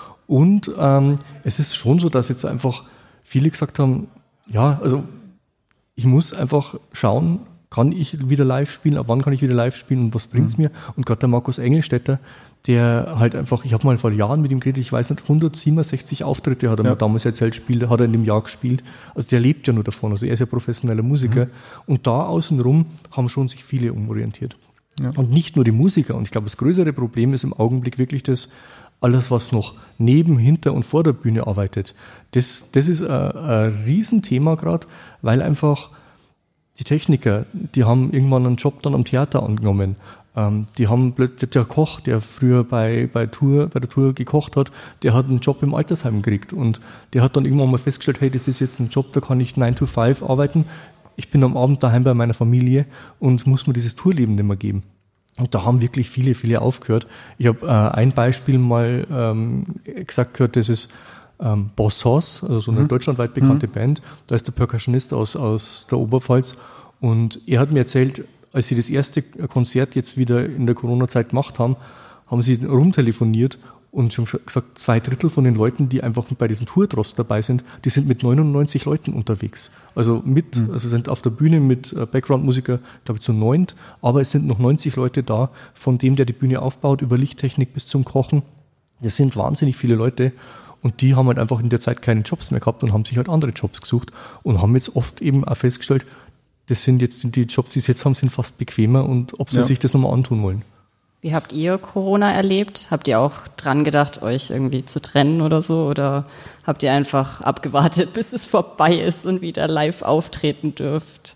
Und es ist schon so, dass jetzt einfach viele gesagt haben, ja, also ich muss einfach schauen, kann ich wieder live spielen, ab wann kann ich wieder live spielen und was bringt's mir? Und gerade der Markus Engelstädter, der halt einfach, ich habe mal vor Jahren mit ihm geredet, ich weiß nicht, 167 Auftritte hat er mir damals erzählt, hat er in dem Jahr gespielt. Also der lebt ja nur davon, also er ist ja professioneller Musiker. Und da außenrum haben schon sich viele umorientiert. Ja. Und nicht nur die Musiker. Und ich glaube, das größere Problem ist im Augenblick wirklich das, alles, was noch neben, hinter und vor der Bühne arbeitet. Das ist ein Riesenthema gerade, weil einfach die Techniker, die haben irgendwann einen Job dann am Theater angenommen. Die haben plötzlich, der Koch, der früher bei der Tour gekocht hat, der hat einen Job im Altersheim gekriegt. Und der hat dann irgendwann mal festgestellt, hey, das ist jetzt ein Job, da kann ich 9 to 5 arbeiten. Ich bin am Abend daheim bei meiner Familie und muss mir dieses Tourleben nicht mehr geben. Und da haben wirklich viele, viele aufgehört. Ich habe ein Beispiel mal gesagt gehört, das ist Boss Hoss, also so eine deutschlandweit bekannte Band. Da ist der Percussionist aus der Oberpfalz. Und er hat mir erzählt, als sie das erste Konzert jetzt wieder in der Corona-Zeit gemacht haben, haben sie rumtelefoniert und schon gesagt, 2/3 von den Leuten, die einfach bei diesem Tour-Trost dabei sind, die sind mit 99 Leuten unterwegs. Also sind auf der Bühne mit Background-Musiker, glaube ich, zu 9, aber es sind noch 90 Leute da, von dem, der die Bühne aufbaut, über Lichttechnik bis zum Kochen. Das sind wahnsinnig viele Leute und die haben halt einfach in der Zeit keine Jobs mehr gehabt und haben sich halt andere Jobs gesucht und haben jetzt oft eben auch festgestellt, das sind jetzt die Jobs, die sie jetzt haben, sind fast bequemer und ob sie sich das nochmal antun wollen. Wie habt ihr Corona erlebt? Habt ihr auch dran gedacht, euch irgendwie zu trennen oder so? Oder habt ihr einfach abgewartet, bis es vorbei ist und wieder live auftreten dürft?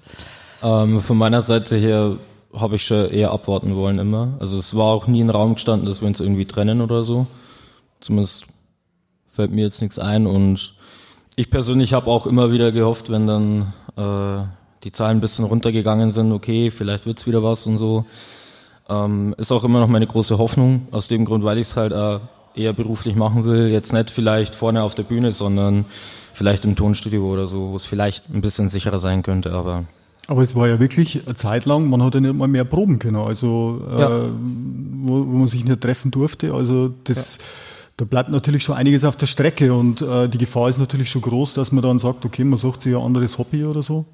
Von meiner Seite her habe ich schon eher abwarten wollen immer. Also es war auch nie im Raum gestanden, dass wir uns irgendwie trennen oder so. Zumindest fällt mir jetzt nichts ein. Und ich persönlich habe auch immer wieder gehofft, wenn dann die Zahlen ein bisschen runtergegangen sind, okay, vielleicht wird's wieder was und so. Ist auch immer noch meine große Hoffnung, aus dem Grund, weil ich es halt eher beruflich machen will. Jetzt nicht vielleicht vorne auf der Bühne, sondern vielleicht im Tonstudio oder so, wo es vielleicht ein bisschen sicherer sein könnte, aber es war ja wirklich eine Zeit lang, man hat ja nicht mal mehr proben können, also wo man sich nicht treffen durfte. Also da bleibt natürlich schon einiges auf der Strecke und die Gefahr ist natürlich schon groß, dass man dann sagt, okay, man sucht sich ein anderes Hobby oder so.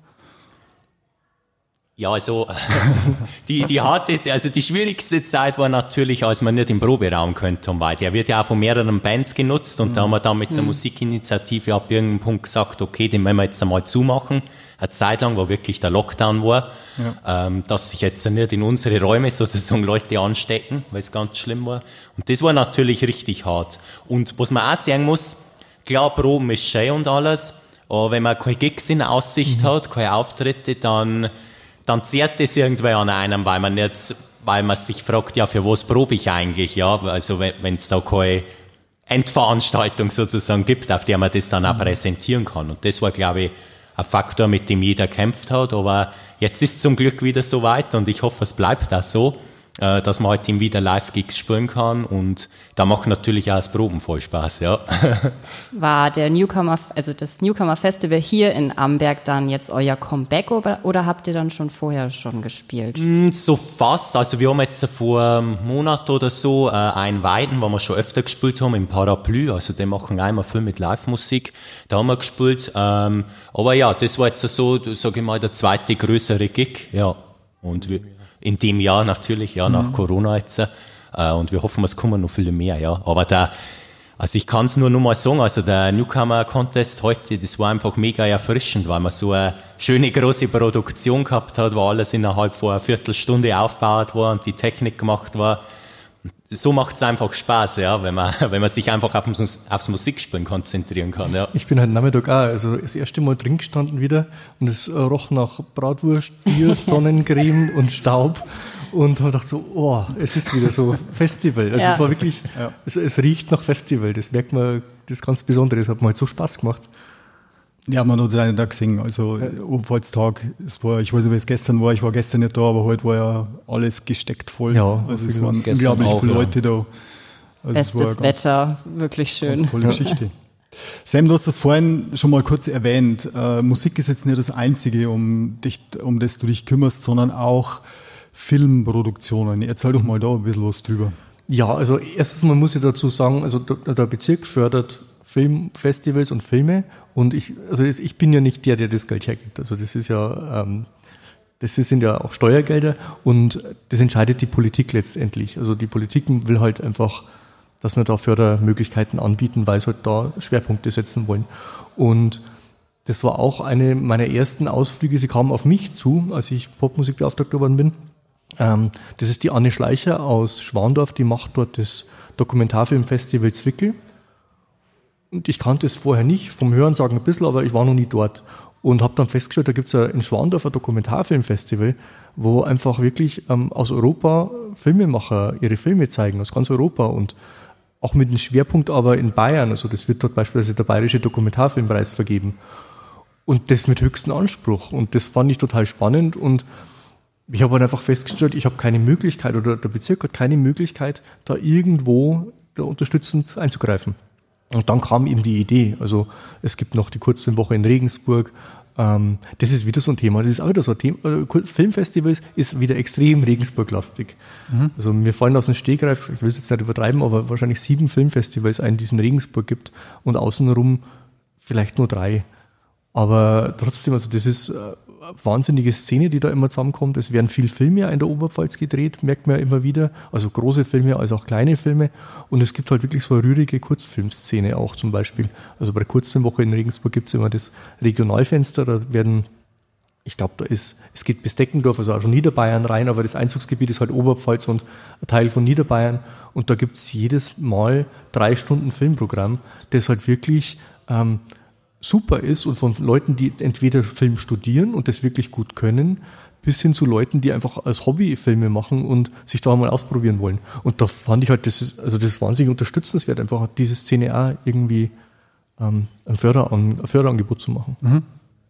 Ja, also die schwierigste Zeit war natürlich, als man nicht im Proberaum könnte, weil der wird ja auch von mehreren Bands genutzt und da haben wir dann mit der Musikinitiative ab irgendeinem Punkt gesagt, okay, den wollen wir jetzt einmal zumachen. Eine Zeit lang, wo wirklich der Lockdown war, dass sich jetzt nicht in unsere Räume sozusagen Leute anstecken, weil es ganz schlimm war. Und das war natürlich richtig hart. Und was man auch sagen muss, klar, Proben ist schön und alles, aber wenn man keine Gigs in Aussicht hat, keine Auftritte, dann zehrt es irgendwie an einem, weil man sich fragt, ja, für was probe ich eigentlich, ja, also wenn es da keine Endveranstaltung sozusagen gibt, auf der man das dann auch präsentieren kann. Und das war, glaube ich, ein Faktor, mit dem jeder kämpft hat, aber jetzt ist es zum Glück wieder so weit und ich hoffe, es bleibt auch so, dass man halt ihm wieder Live-Gigs spielen kann und da macht natürlich auch das Proben voll Spaß, ja. War das Newcomer Festival hier in Amberg dann jetzt euer Comeback oder habt ihr dann schon vorher gespielt? So fast, also wir haben jetzt vor einem Monat oder so ein Weiden, wo wir schon öfter gespielt haben, im Parapluie, also die machen einmal viel mit Live-Musik, da haben wir gespielt, aber ja, das war jetzt so, sage ich mal, der zweite größere Gig, ja, und wir in dem Jahr natürlich, ja, nach Corona jetzt. Und wir hoffen, es kommen noch viele mehr, ja. Aber also ich kann es nur noch mal sagen, also der Newcomer Contest heute, das war einfach mega erfrischend, weil man so eine schöne große Produktion gehabt hat, wo alles innerhalb von einer Viertelstunde aufgebaut war und die Technik gemacht war. So macht es einfach Spaß, ja, wenn man sich einfach aufs Musikspielen konzentrieren kann, ja. Ich bin heute Nachmittag auch, also das erste Mal drin gestanden wieder und es roch nach Bratwurst, Bier, Sonnencreme und Staub und habe gedacht so, oh, es ist wieder so Festival. Also es war wirklich, es riecht nach Festival, das merkt man, das ist ganz Besonderes, hat mir halt so Spaß gemacht. Ja, man hat es einen Tag gesehen, also Oberpfalztag, ich weiß nicht, wie es gestern war, ich war gestern nicht da, aber heute war ja alles gesteckt voll. Ja, also es waren unglaublich viele Leute da. Also bestes Wetter, wirklich schön. Ganz tolle Geschichte. Sam, du hast das vorhin schon mal kurz erwähnt, Musik ist jetzt nicht das Einzige, um das du dich kümmerst, sondern auch Filmproduktionen. Erzähl doch mal da ein bisschen was drüber. Ja, also erstens mal muss ich dazu sagen, also der Bezirk fördert Filmfestivals und Filme und ich bin ja nicht der das Geld hergibt. Also das ist ja, sind ja auch Steuergelder und das entscheidet die Politik letztendlich. Also die Politik will halt einfach, dass wir da Fördermöglichkeiten anbieten, weil sie halt da Schwerpunkte setzen wollen. Und das war auch eine meiner ersten Ausflüge. Sie kamen auf mich zu, als ich Popmusikbeauftragter geworden bin. Das ist die Anne Schleicher aus Schwandorf, die macht dort das Dokumentarfilmfestival Zwickel. Und ich kannte es vorher nicht, vom Hörensagen ein bisschen, aber ich war noch nie dort. Und habe dann festgestellt, da gibt es in Schwandorf ein Dokumentarfilmfestival, wo einfach wirklich aus Europa Filmemacher ihre Filme zeigen, aus ganz Europa und auch mit einem Schwerpunkt aber in Bayern. Also das wird dort beispielsweise der Bayerische Dokumentarfilmpreis vergeben. Und das mit höchstem Anspruch. Und das fand ich total spannend und ich habe halt einfach festgestellt, ich habe keine Möglichkeit oder der Bezirk hat keine Möglichkeit, da irgendwo da unterstützend einzugreifen. Und dann kam eben die Idee, also es gibt noch die Kurzfilmwoche in Regensburg, das ist wieder so ein Thema, das ist auch wieder so ein Thema, Filmfestivals ist wieder extrem Regensburg-lastig. Also mir fallen aus dem Stegreif, ich will es jetzt nicht übertreiben, aber wahrscheinlich 7 Filmfestivals ein, die es in Regensburg gibt und außenrum vielleicht nur 3. Aber trotzdem, also das ist eine wahnsinnige Szene, die da immer zusammenkommt. Es werden viel Filme in der Oberpfalz gedreht, merkt man ja immer wieder. Also große Filme als auch kleine Filme. Und es gibt halt wirklich so eine rührige Kurzfilmszene auch zum Beispiel. Also bei der Kurzfilmwoche in Regensburg gibt es immer das Regionalfenster. Da werden, ich glaube, es geht bis Deckendorf, also auch schon Niederbayern rein, aber das Einzugsgebiet ist halt Oberpfalz und ein Teil von Niederbayern. Und da gibt es jedes Mal 3 Stunden Filmprogramm, das halt wirklich super ist und von Leuten, die entweder Film studieren und das wirklich gut können, bis hin zu Leuten, die einfach als Hobby Filme machen und sich da mal ausprobieren wollen. Und da fand ich halt, das ist wahnsinnig unterstützenswert, einfach diese Szene auch irgendwie ein Förderangebot zu machen. Mhm.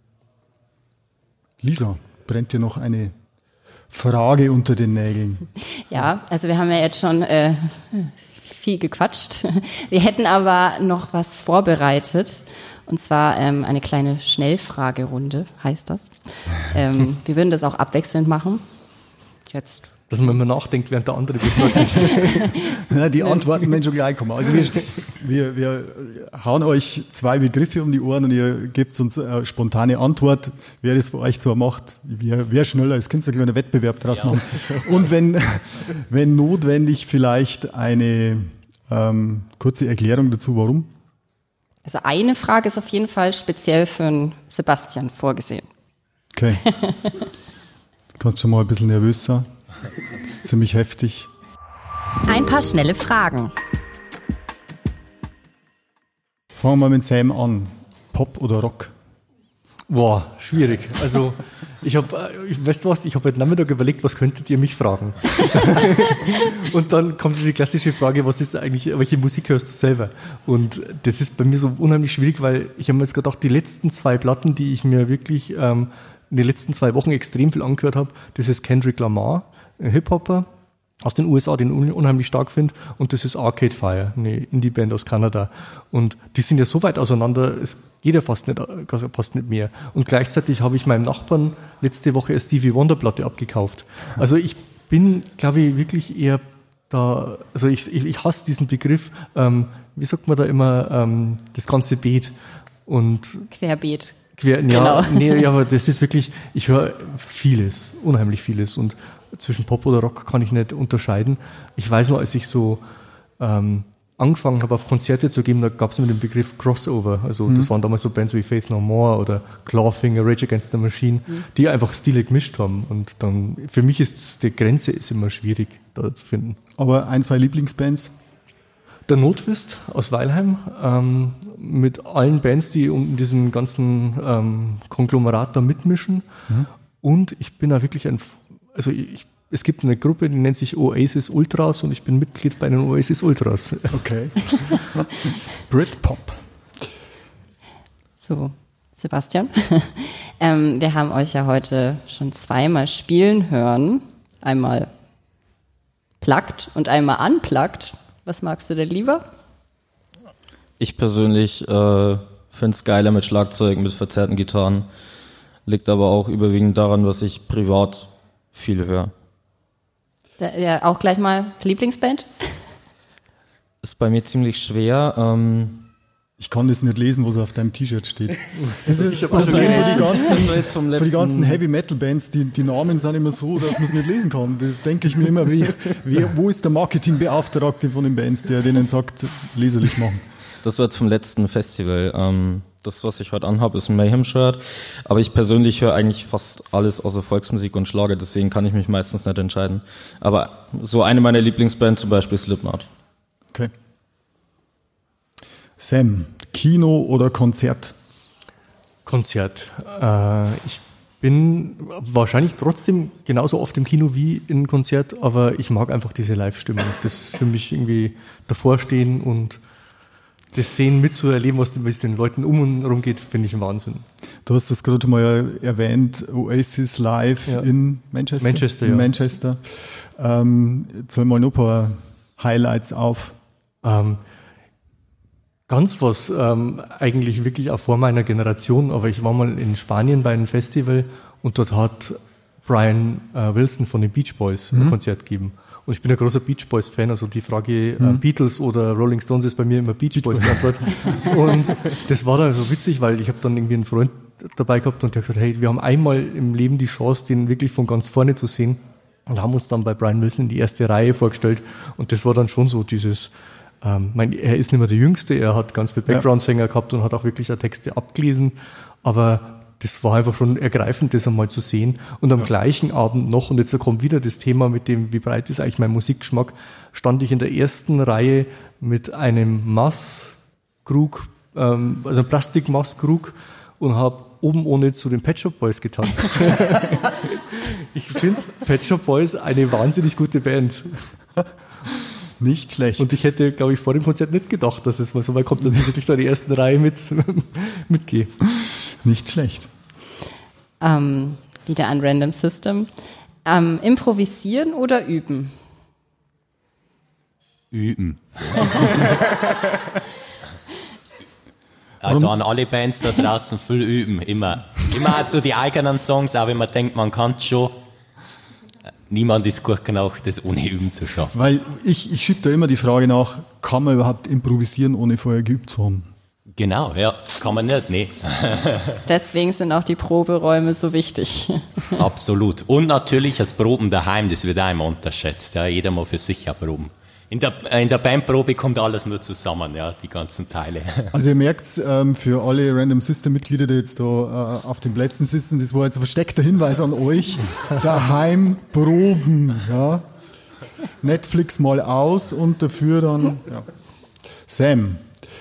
Lisa, brennt dir noch eine Frage unter den Nägeln? Ja, also wir haben ja jetzt schon viel gequatscht. Wir hätten aber noch was vorbereitet. Und zwar eine kleine Schnellfragerunde, heißt das. Wir würden das auch abwechselnd machen. Jetzt. Dass man immer nachdenkt, während der andere befragt. Ja, die Antworten werden schon gleich kommen. Also wir hauen euch 2 Begriffe um die Ohren und ihr gebt uns eine spontane Antwort, wer das für euch so macht. Wer schneller ist, könnt ihr einen kleinen Wettbewerb draus machen. Und wenn notwendig, vielleicht eine kurze Erklärung dazu, warum. Also eine Frage ist auf jeden Fall speziell für den Sebastian vorgesehen. Okay. Du kannst schon mal ein bisschen nervös sein. Das ist ziemlich heftig. Ein paar schnelle Fragen. Fangen wir mit Sam an. Pop oder Rock? Boah, schwierig. Also weißt du was, ich habe heute Nachmittag überlegt, was könntet ihr mich fragen? Und dann kommt diese klassische Frage, was ist eigentlich, welche Musik hörst du selber? Und das ist bei mir so unheimlich schwierig, weil ich habe mir jetzt gedacht, die letzten 2 Platten, die ich mir wirklich in den letzten 2 Wochen extrem viel angehört habe, das ist Kendrick Lamar, ein Hip-Hopper aus den USA, den ich unheimlich stark finde, und das ist Arcade Fire, eine Indie-Band aus Kanada. Und die sind ja so weit auseinander, es geht ja fast nicht mehr. Und gleichzeitig habe ich meinem Nachbarn letzte Woche eine Stevie Wonder Platte abgekauft. Also ich bin, glaube ich, wirklich eher da, also ich hasse diesen Begriff, wie sagt man da immer, das ganze Beet. Und Querbeet. Ja, nee, aber das ist wirklich, ich höre vieles, unheimlich vieles, und zwischen Pop oder Rock kann ich nicht unterscheiden. Ich weiß nur, als ich so angefangen habe, auf Konzerte zu gehen, da gab es immer den Begriff Crossover. Also das waren damals so Bands wie Faith No More oder Clawfinger, Rage Against the Machine, die einfach Stile gemischt haben. Und dann, für mich ist die Grenze ist immer schwierig, da zu finden. Aber 1, 2 Lieblingsbands? Der Notwist aus Weilheim, mit allen Bands, die in diesem ganzen Konglomerat da mitmischen. Mhm. Und ich bin da wirklich es gibt eine Gruppe, die nennt sich Oasis Ultras, und ich bin Mitglied bei den Oasis Ultras. Okay. Britpop. So, Sebastian, wir haben euch ja heute schon 2-mal spielen hören. Einmal plugged und einmal unplugged. Was magst du denn lieber? Ich persönlich finde es geiler mit Schlagzeugen, mit verzerrten Gitarren. Liegt aber auch überwiegend daran, was ich privat viel höre. Ja, auch gleich mal Lieblingsband? Ist bei mir ziemlich schwer. Ich kann das nicht lesen, was auf deinem T-Shirt steht. Das ist für die ganzen Heavy-Metal-Bands, die Namen sind immer so, dass man es nicht lesen kann. Das denke ich mir immer, wo ist der Marketingbeauftragte von den Bands, der denen sagt, leserlich machen. Das war jetzt vom letzten Festival. Das, was ich heute anhabe, ist ein Mayhem-Shirt. Aber ich persönlich höre eigentlich fast alles außer Volksmusik und Schlager, deswegen kann ich mich meistens nicht entscheiden. Aber so eine meiner Lieblingsbands zum Beispiel Slipknot. Okay. Sam, Kino oder Konzert? Konzert. Ich bin wahrscheinlich trotzdem genauso oft im Kino wie in Konzert, aber ich mag einfach diese Live-Stimmung. Das ist für mich irgendwie davor stehen und das Sehen mitzuerleben, was es den Leuten um und herum geht, finde ich ein Wahnsinn. Du hast das gerade mal erwähnt, Oasis live in Manchester. In Manchester. Zähl mal noch ein paar Highlights auf. Ganz was eigentlich wirklich auch vor meiner Generation, aber ich war mal in Spanien bei einem Festival und dort hat Brian Wilson von den Beach Boys ein Konzert gegeben. Und ich bin ein großer Beach Boys-Fan, also die Frage Beatles oder Rolling Stones ist bei mir immer Beach Boys die Antwort. Und das war dann so witzig, weil ich habe dann irgendwie einen Freund dabei gehabt und der hat gesagt, hey, wir haben einmal im Leben die Chance, den wirklich von ganz vorne zu sehen, und haben uns dann bei Brian Wilson in die erste Reihe vorgestellt, und das war dann schon so dieses, er ist nicht mehr der Jüngste, er hat ganz viele Background-Sänger gehabt und hat auch wirklich Texte abgelesen, aber das war einfach schon ergreifend, das einmal zu sehen. Und am gleichen Abend noch, und jetzt kommt wieder das Thema mit dem, wie breit ist eigentlich mein Musikgeschmack, stand ich in der ersten Reihe mit einem Maßkrug, also einem Plastikmaßkrug, und habe oben ohne zu den Pet Shop Boys getanzt. Ich finde Pet Shop Boys eine wahnsinnig gute Band. Nicht schlecht. Und ich hätte, glaube ich, vor dem Konzert nicht gedacht, dass es mal so weit kommt, dass ich wirklich da in die ersten Reihe mitgehe. Nicht schlecht. Wieder an Random System. Improvisieren oder üben? Üben. Also an alle Bands da draußen viel üben, immer. Immer auch so die eigenen Songs, auch wenn man denkt, man kann es schon. Niemand ist gut genug, das ohne Üben zu schaffen. Weil ich schiebe da immer die Frage nach, kann man überhaupt improvisieren, ohne vorher geübt zu haben? Genau, ja, kann man nicht, nee. Deswegen sind auch die Proberäume so wichtig. Absolut. Und natürlich das Proben daheim, das wird auch immer unterschätzt. Ja, jeder mal für sich proben. In der Bandprobe kommt alles nur zusammen, ja, die ganzen Teile. Also ihr merkt, für alle Random System Mitglieder, die jetzt da auf den Plätzen sitzen, das war jetzt ein versteckter Hinweis an euch. Daheim proben, ja. Netflix mal aus und dafür dann, ja. Sam,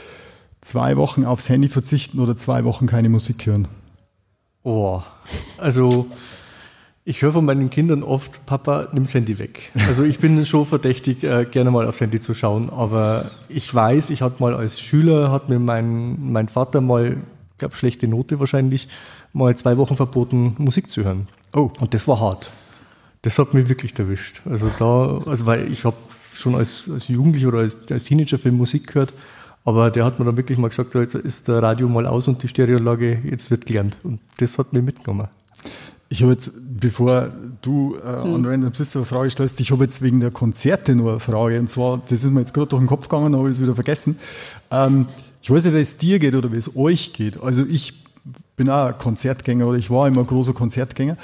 2 Wochen aufs Handy verzichten oder 2 Wochen keine Musik hören? Oh, also ich höre von meinen Kindern oft, Papa, nimm's Handy weg. Also ich bin schon verdächtig, gerne mal aufs Handy zu schauen, aber ich weiß, ich hatte mal als Schüler, hat mir mein Vater mal, ich glaube schlechte Note wahrscheinlich, mal 2 Wochen verboten, Musik zu hören. Oh. Und das war hart. Das hat mich wirklich erwischt. Also weil ich habe schon als Jugendlicher oder als Teenager viel Musik gehört, aber der hat mir dann wirklich mal gesagt, jetzt ist der Radio mal aus und die Stereoanlage, jetzt wird gelernt. Und das hat mich mitgenommen. Ich habe jetzt, bevor du an Random System eine Frage stellst, ich habe jetzt wegen der Konzerte nur eine Frage. Und zwar, das ist mir jetzt gerade durch den Kopf gegangen, habe ich es wieder vergessen. Ich weiß nicht, wie es dir geht oder wie es euch geht. Also ich bin auch ein Konzertgänger oder ich war immer ein großer Konzertgänger.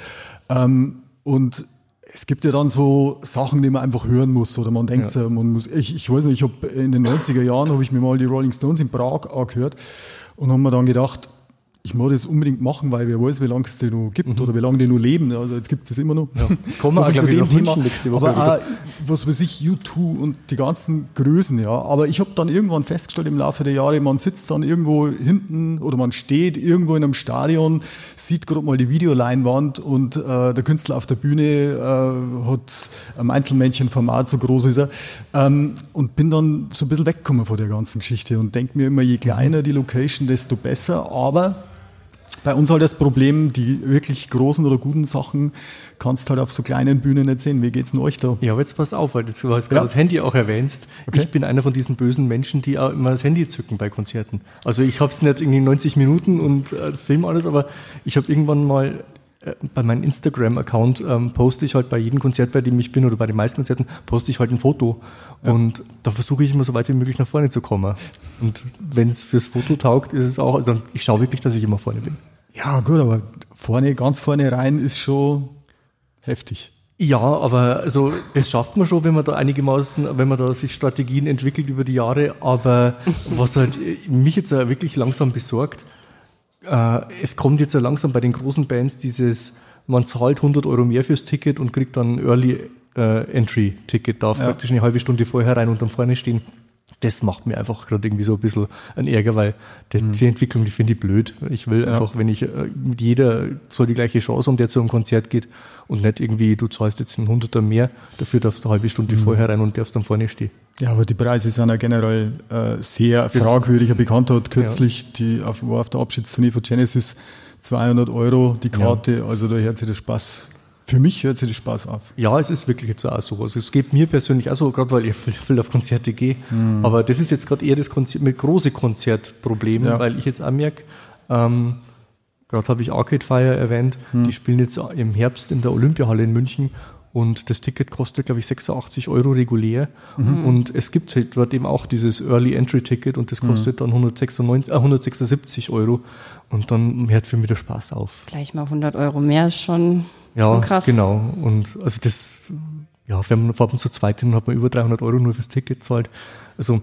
Und es gibt ja dann so Sachen, die man einfach hören muss oder man denkt, man muss. Ich weiß nicht, ich habe in den 90er Jahren habe ich mir mal die Rolling Stones in Prag angehört und habe mir dann gedacht, ich muss das unbedingt machen, weil wer weiß, wie lange es die noch gibt oder wie lange die noch leben. Also jetzt gibt es immer noch. Ja. Kommen wir zu dem Thema. Aber auch, was weiß ich, U2 und die ganzen Größen, ja. Aber ich habe dann irgendwann festgestellt im Laufe der Jahre, man sitzt dann irgendwo hinten oder man steht irgendwo in einem Stadion, sieht gerade mal die Videoleinwand und der Künstler auf der Bühne hat ein Einzelmännchenformat, so groß ist er. Und bin dann so ein bisschen weggekommen von der ganzen Geschichte und denke mir immer, je kleiner die Location, desto besser. Aber bei uns halt das Problem, die wirklich großen oder guten Sachen kannst du halt auf so kleinen Bühnen nicht sehen. Wie geht's denn euch da? Ja, aber jetzt pass auf, weil du hast gerade das Handy auch erwähnst. Okay. Ich bin einer von diesen bösen Menschen, die auch immer das Handy zücken bei Konzerten. Also ich habe es nicht irgendwie 90 Minuten und film alles, aber ich habe irgendwann mal bei meinem Instagram-Account poste ich halt bei jedem Konzert, bei dem ich bin oder bei den meisten Konzerten, poste ich halt ein Foto. Ja. Und da versuche ich immer so weit wie möglich nach vorne zu kommen. Und wenn es fürs Foto taugt, ist es auch, also ich schaue wirklich, dass ich immer vorne bin. Ja gut, aber ganz vorne rein ist schon heftig. Ja, aber also das schafft man schon, wenn man da einigermaßen, wenn man da sich Strategien entwickelt über die Jahre. Aber was halt mich jetzt wirklich langsam besorgt, es kommt jetzt ja langsam bei den großen Bands dieses, man zahlt 100 € mehr fürs Ticket und kriegt dann ein Early Entry Ticket, darf praktisch eine halbe Stunde vorher rein und dann vorne stehen. Das macht mir einfach gerade irgendwie so ein bisschen einen Ärger, weil die Entwicklung, die finde ich blöd. Ich will einfach, wenn ich, jeder soll die gleiche Chance haben, der zu einem Konzert geht und nicht irgendwie, du zahlst jetzt einen 100er mehr, dafür darfst du eine halbe Stunde vorher rein und darfst dann vorne stehen. Ja, aber die Preise sind ja generell sehr fragwürdig. Ein Bekannter hat kürzlich, war auf der Abschiedstournee von Genesis, 200 € die Karte, also da hört sich der Spaß. Für mich hört sich das Spaß auf. Ja, es ist wirklich jetzt auch so. Also es geht mir persönlich auch so, gerade weil ich viel auf Konzerte gehe. Aber das ist jetzt gerade eher das große Konzertproblem, weil ich jetzt auch merke, gerade habe ich Arcade Fire erwähnt, die spielen jetzt im Herbst in der Olympiahalle in München und das Ticket kostet, glaube ich, 86 € regulär. Und es gibt halt dort eben auch dieses Early Entry Ticket und das kostet dann 176 €. Und dann hört für mich der Spaß auf. Gleich mal 100 € mehr ist schon krass. Genau. Und also das, wenn man fährt man zu zweit hin, hat man über 300 € nur fürs Ticket zahlt. Also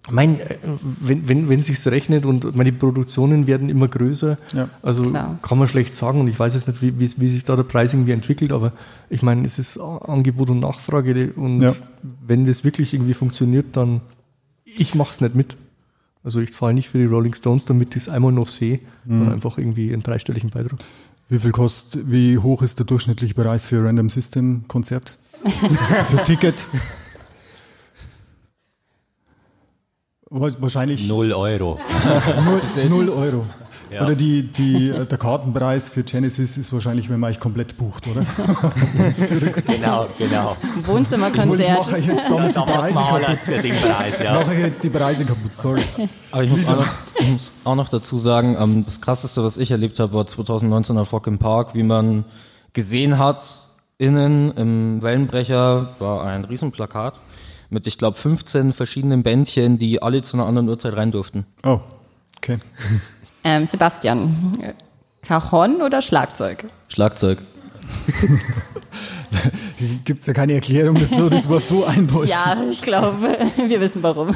wenn sich's rechnet und meine Produktionen werden immer größer, also kann man schlecht sagen und ich weiß jetzt nicht, wie sich da der Preis irgendwie entwickelt, aber ich meine, es ist Angebot und Nachfrage und wenn das wirklich irgendwie funktioniert, dann ich mach's nicht mit. Also ich zahle nicht für die Rolling Stones, damit ich es einmal noch sehe, dann einfach irgendwie einen dreistelligen Beitrag. Wie hoch ist der durchschnittliche Preis für Random System Konzert? Für Ticket? Wahrscheinlich 0 Euro. 0 Euro. Ja. Oder der Kartenpreis für Genesis ist wahrscheinlich, wenn man euch komplett bucht, oder? Genau. Ein Wohnzimmerkonzert. Mache ich jetzt damit die Da macht Preise man kaputt. alles für den Preis, ja. Mache ich jetzt die Preise kaputt, sorry. Aber ich muss auch noch dazu sagen, das Krasseste, was ich erlebt habe, war 2019 auf Rock im Park, wie man gesehen hat, innen im Wellenbrecher war ein Riesenplakat mit, ich glaube, 15 verschiedenen Bändchen, die alle zu einer anderen Uhrzeit rein durften. Oh, okay. Sebastian, Cajon oder Schlagzeug? Schlagzeug. Gibt es ja keine Erklärung dazu, das war so eindeutig. Ja, ich glaube, wir wissen warum.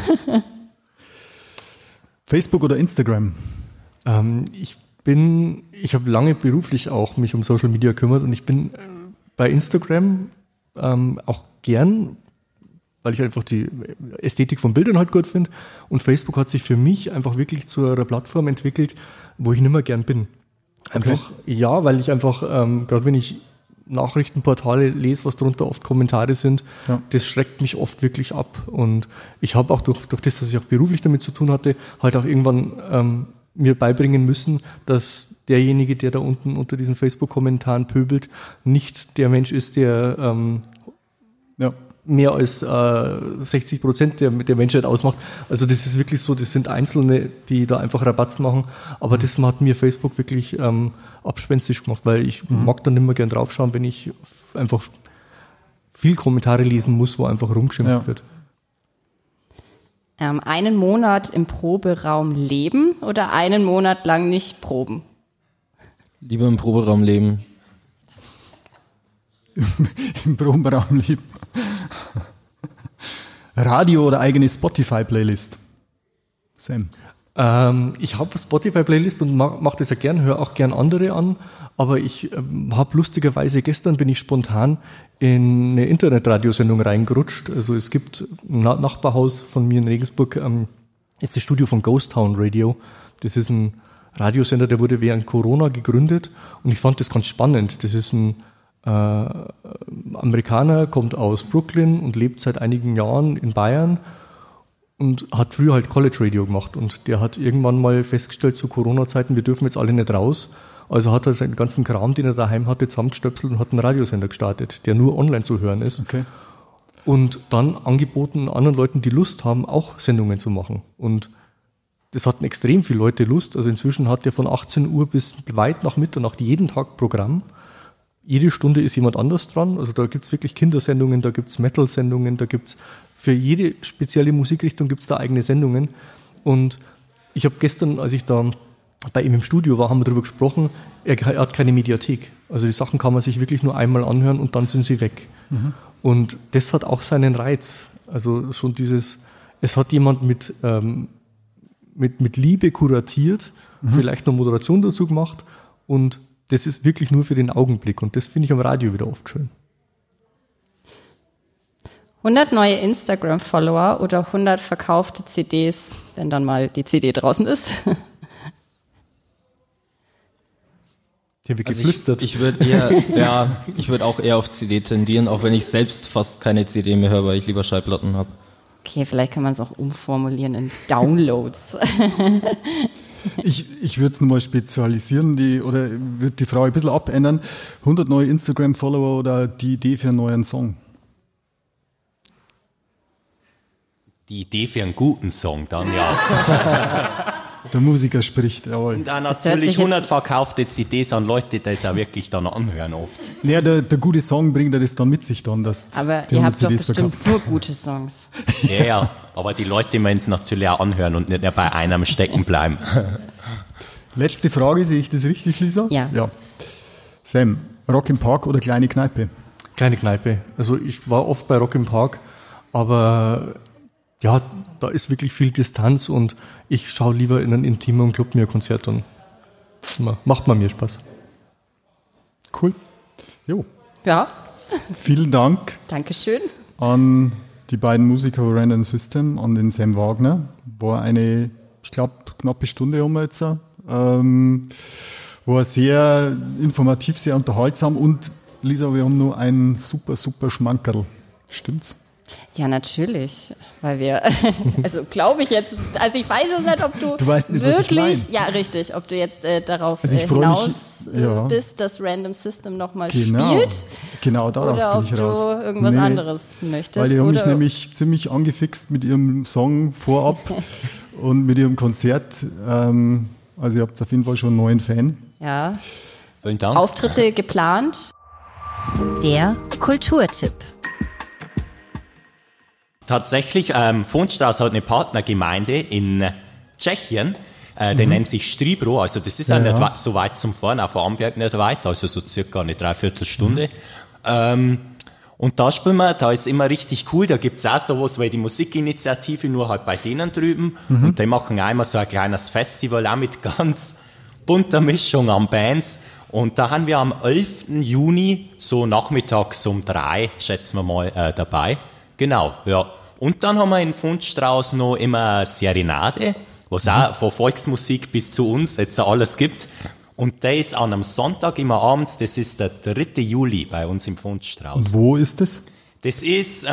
Facebook oder Instagram? Ich habe lange beruflich auch mich um Social Media gekümmert und ich bin bei Instagram auch gern, weil ich einfach die Ästhetik von Bildern halt gut finde. Und Facebook hat sich für mich einfach wirklich zu einer Plattform entwickelt, wo ich nicht mehr gern bin. Einfach, ja, weil ich einfach, gerade wenn ich Nachrichtenportale lese, was darunter oft Kommentare sind, das schreckt mich oft wirklich ab. Und ich habe auch durch das, dass ich auch beruflich damit zu tun hatte, halt auch irgendwann mir beibringen müssen, dass derjenige, der da unten unter diesen Facebook-Kommentaren pöbelt, nicht der Mensch ist, der mehr als 60% der Menschheit ausmacht. Also das ist wirklich so, das sind Einzelne, die da einfach Rabatz machen, aber das hat mir Facebook wirklich abspenstisch gemacht, weil ich mag dann nicht mehr gern draufschauen, wenn ich einfach viel Kommentare lesen muss, wo einfach rumgeschimpft wird. Einen Monat im Proberaum leben oder einen Monat lang nicht proben? Lieber im Proberaum leben. Im Proberaum leben. Radio oder eigene Spotify-Playlist? Sam? Ich habe eine Spotify-Playlist und mache das ja gern, höre auch gern andere an, aber ich habe lustigerweise, gestern bin ich spontan in eine Internetradiosendung reingerutscht. Also es gibt ein Nachbarhaus von mir in Regensburg, ist das Studio von Ghost Town Radio. Das ist ein Radiosender, der wurde während Corona gegründet und ich fand das ganz spannend. Das ist ein Amerikaner, kommt aus Brooklyn und lebt seit einigen Jahren in Bayern und hat früher halt College Radio gemacht und der hat irgendwann mal festgestellt zu Corona-Zeiten, wir dürfen jetzt alle nicht raus, also hat er seinen ganzen Kram, den er daheim hatte, zusammengestöpselt und hat einen Radiosender gestartet, der nur online zu hören ist. Okay. Und dann angeboten anderen Leuten, die Lust haben, auch Sendungen zu machen. Und das hatten extrem viele Leute Lust, also inzwischen hat der von 18 Uhr bis weit nach Mitternacht jeden Tag Programm. Jede Stunde ist jemand anders dran. Also da gibt es wirklich Kindersendungen, da gibt es Metal-Sendungen, da gibt es für jede spezielle Musikrichtung gibt es da eigene Sendungen. Und ich habe gestern, als ich da bei ihm im Studio war, haben wir darüber gesprochen, er hat keine Mediathek. Also die Sachen kann man sich wirklich nur einmal anhören und dann sind sie weg. Mhm. Und das hat auch seinen Reiz. Also schon dieses, es hat jemand mit Liebe kuratiert, vielleicht noch Moderation dazu gemacht und das ist wirklich nur für den Augenblick und das finde ich am Radio wieder oft schön. 100 neue Instagram-Follower oder 100 verkaufte CDs, wenn dann mal die CD draußen ist? Hier wird Also geflüstert. ich würde auch eher auf CD tendieren, auch wenn ich selbst fast keine CD mehr höre, weil ich lieber Schallplatten habe. Okay, vielleicht kann man es auch umformulieren in Downloads. Ich würde es nochmal spezialisieren oder würde die Frage ein bisschen abändern. 100 neue Instagram-Follower oder die Idee für einen neuen Song? Die Idee für einen guten Song, dann ja. Der Musiker spricht, jawohl. Und dann Das hört natürlich sich jetzt- 100 verkaufte CDs an Leute, die das auch wirklich dann anhören oft. Ja, der gute Song bringt ja das dann mit sich dann, dass Aber die ihr 100 habt doch CDs bestimmt verkauft. nur gute Songs. Ja, aber die Leute wollen es natürlich auch anhören und nicht nur bei einem stecken bleiben. Letzte Frage, sehe ich das richtig, Lisa? Ja. Sam, Rock im Park oder kleine Kneipe? Kleine Kneipe. Also ich war oft bei Rock im Park, aber ja, da ist wirklich viel Distanz und ich schaue lieber in einen intimen Club mir ein Konzert an. Macht mir Spaß. Cool. Jo. Ja, Vielen Dank Dankeschön. an die beiden Musiker Random System, an den Sam Wagner. War eine, ich glaube, knappe Stunde haben wir jetzt. War sehr informativ, sehr unterhaltsam und Lisa, wir haben nur ein super, super Schmankerl. Stimmt's? Ja, natürlich, weil wir, also glaube ich jetzt, also ich weiß es nicht, ob du weißt nicht, wirklich, was ich mein. ja richtig, ob du jetzt darauf Also ich hinaus ja. bist, dass Random System nochmal Genau. spielt. Genau, darauf Oder bin ob ich raus. du irgendwas anderes möchtest. Weil die haben mich oder nämlich ziemlich angefixt mit ihrem Song vorab und mit ihrem Konzert. Also ihr habt auf jeden Fall schon einen neuen Fan. ja, Vielen Dank. Auftritte geplant. Der Kulturtipp. Tatsächlich, Fonstrauß hat eine Partnergemeinde in Tschechien, die nennt sich Stribro, also das ist auch nicht so weit zum Fahren, auch von Amberg nicht weit, also so circa eine Dreiviertelstunde. Und da spielen wir, da ist immer richtig cool, da gibt's auch sowas wie die Musikinitiative, nur halt bei denen drüben. Und die machen einmal so ein kleines Festival, auch mit ganz bunter Mischung an Bands. Und da haben wir am 11. Juni, so nachmittags um 3, schätzen wir mal, dabei. Genau, ja. Und dann haben wir in Fundstrauß noch immer Serenade, was auch von Volksmusik bis zu uns jetzt alles gibt. Und der ist an einem Sonntag immer abends, das ist der 3. Juli bei uns im Fundstrauß. Wo ist das? Das ist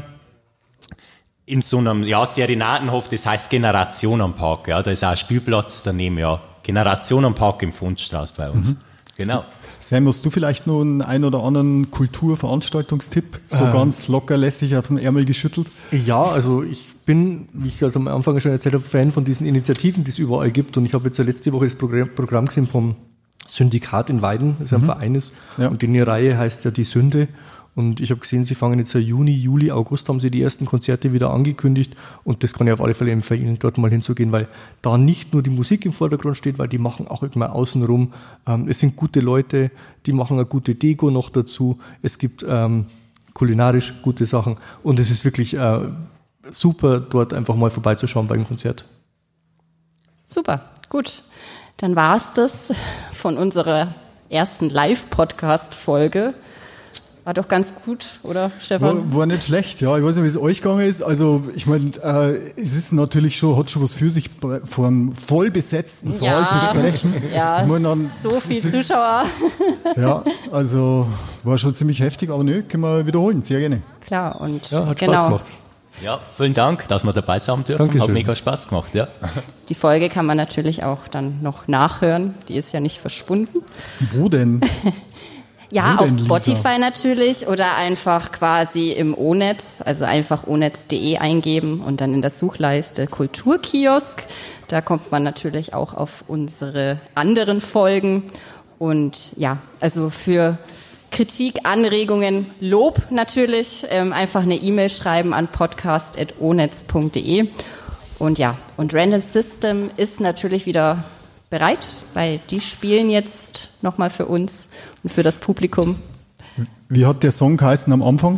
in so einem Serenadenhof, das heißt Generationenpark. Ja, da ist auch ein Spielplatz daneben, ja. Generationenpark im Fundstrauß bei uns. Genau. Sam, hast du vielleicht noch einen oder anderen Kulturveranstaltungstipp? So ganz locker lässig auf den Ärmel geschüttelt? Ja, also ich bin, wie ich also am Anfang schon erzählt habe, Fan von diesen Initiativen, die es überall gibt. Und ich habe jetzt letzte Woche das Programm gesehen vom Syndikat in Weiden, das ein Verein ist. Ja. Und die Reihe heißt ja Die Sünde. Und ich habe gesehen, sie fangen jetzt Juni, Juli, August haben sie die ersten Konzerte wieder angekündigt. Und das kann ich auf alle Fälle empfehlen, dort mal hinzugehen, weil da nicht nur die Musik im Vordergrund steht, weil die machen auch immer außenrum. Es sind gute Leute, die machen eine gute Deko noch dazu. Es gibt kulinarisch gute Sachen. Und es ist wirklich super, dort einfach mal vorbeizuschauen beim Konzert. Super, gut. Dann war es das von unserer ersten Live-Podcast-Folge. War doch ganz gut, oder Stefan? War nicht schlecht, ja. Ich weiß nicht, wie es euch gegangen ist. Also ich meine, es ist natürlich schon, hat schon was für sich, vor einem voll besetzten Saal zu sprechen. Ja, Ich meine, dann, so viel Zuschauer. Ja, also war schon ziemlich heftig, aber nö, können wir wiederholen, sehr gerne. Klar, und Ja, hat Spaß gemacht. Ja, vielen Dank, dass wir dabei sein dürfen. Dankeschön. Hat mega Spaß gemacht, ja. Die Folge kann man natürlich auch dann noch nachhören. Die ist ja nicht verschwunden. Wo denn? Ja, Wo auf denn, Lisa? Spotify natürlich oder einfach quasi im O-Netz, also einfach onetz.de eingeben und dann in der Suchleiste Kulturkiosk. Da kommt man natürlich auch auf unsere anderen Folgen. Und ja, also für Kritik, Anregungen, Lob natürlich, einfach eine E-Mail schreiben an podcast@onetz.de. Und ja, und Random System ist natürlich wieder bereit, weil die spielen jetzt nochmal für uns und für das Publikum. Wie hat der Song geheißen am Anfang?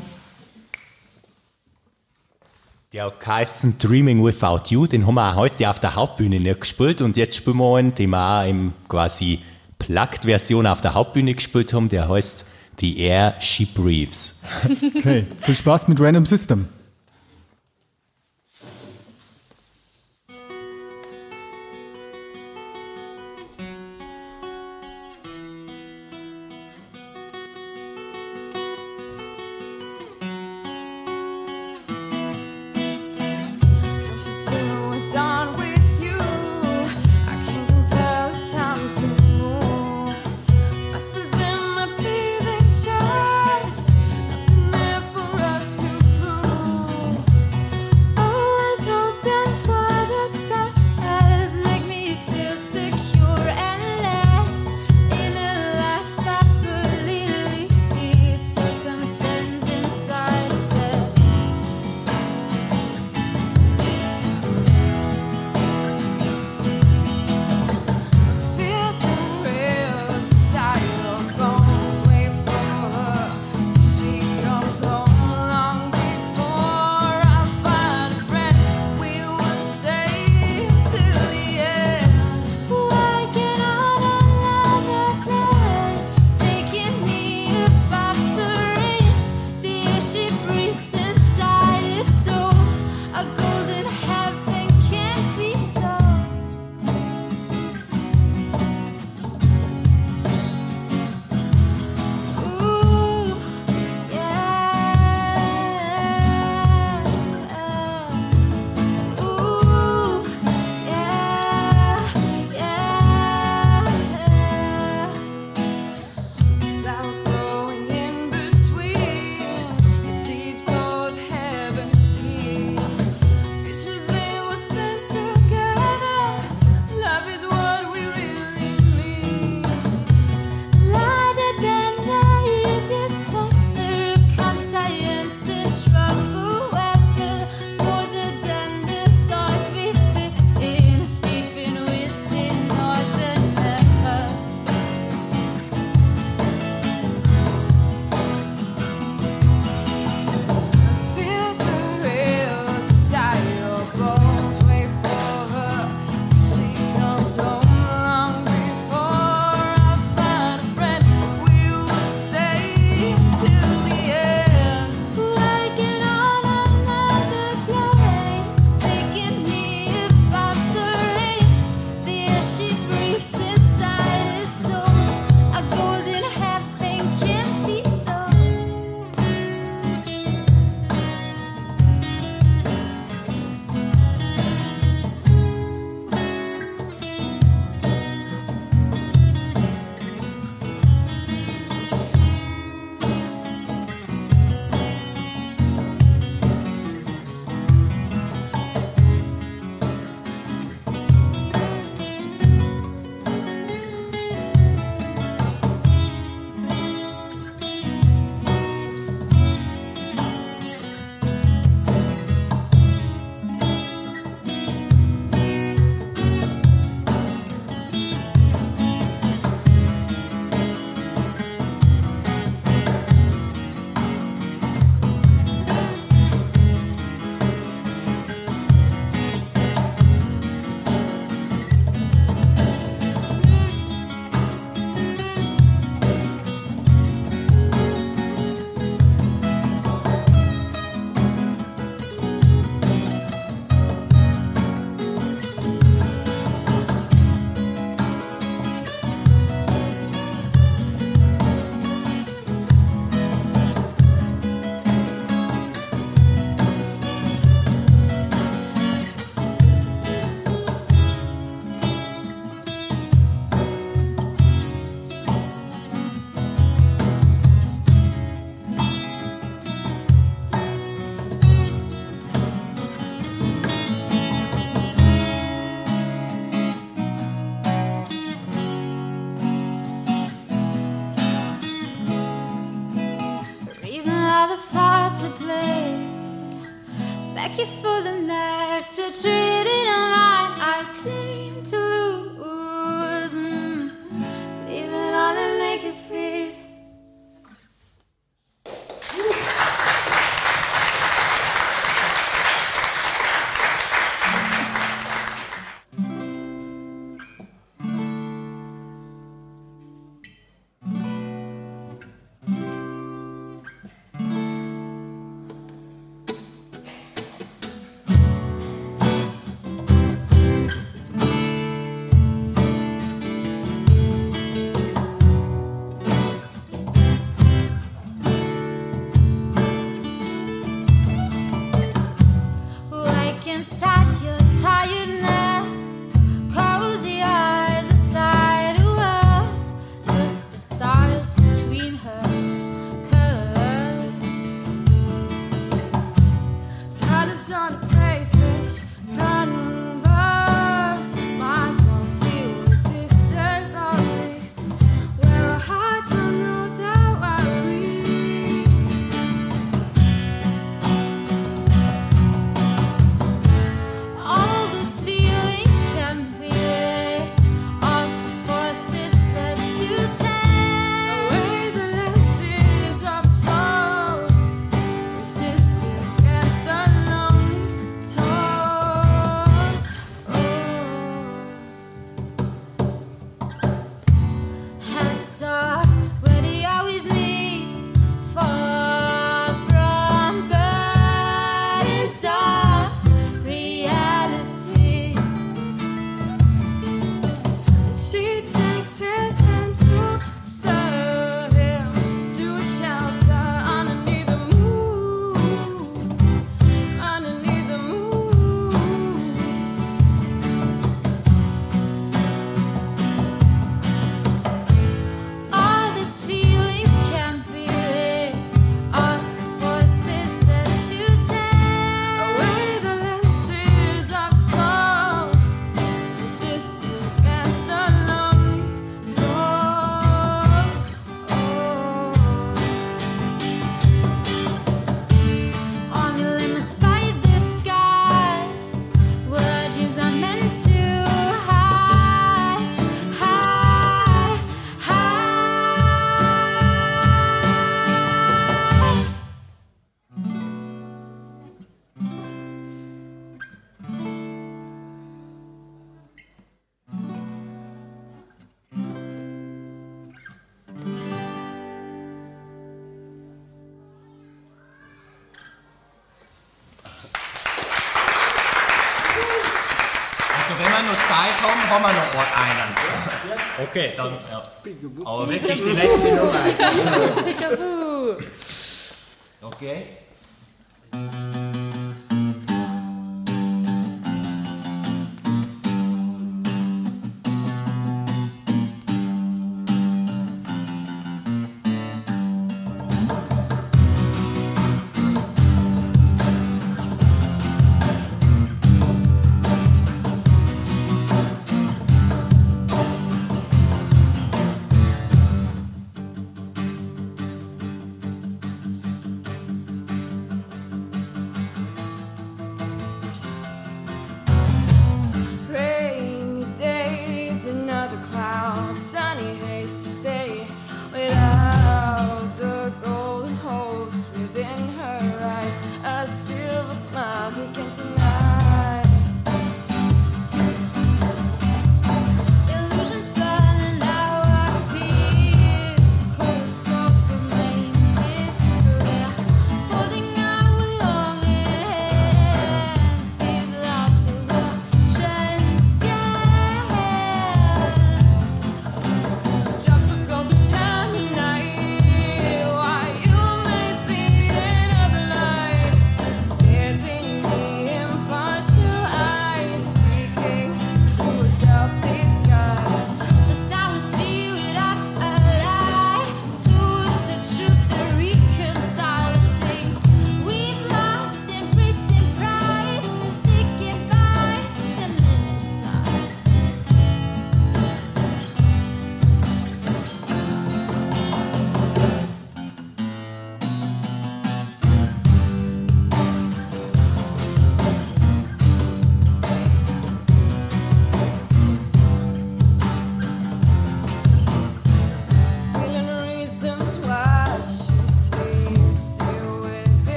Der hat geheißen Dreaming Without You, den haben wir auch heute auf der Hauptbühne nicht gespielt und jetzt spielen wir einen, den wir auch im quasi Plugged-Version auf der Hauptbühne gespielt haben, der heißt The Air She Breathes. Okay, viel Spaß mit Random System. Faster than my breathing, just nothing there for us to prove. like you're full of next to treated mine. I claim to lose, leave it all and make it feel. Also wenn wir noch Zeit haben, haben wir noch einen. Okay, dann. Ja. Aber wirklich die letzte Nummer. Okay.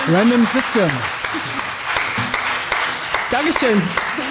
Random System. Dankeschön.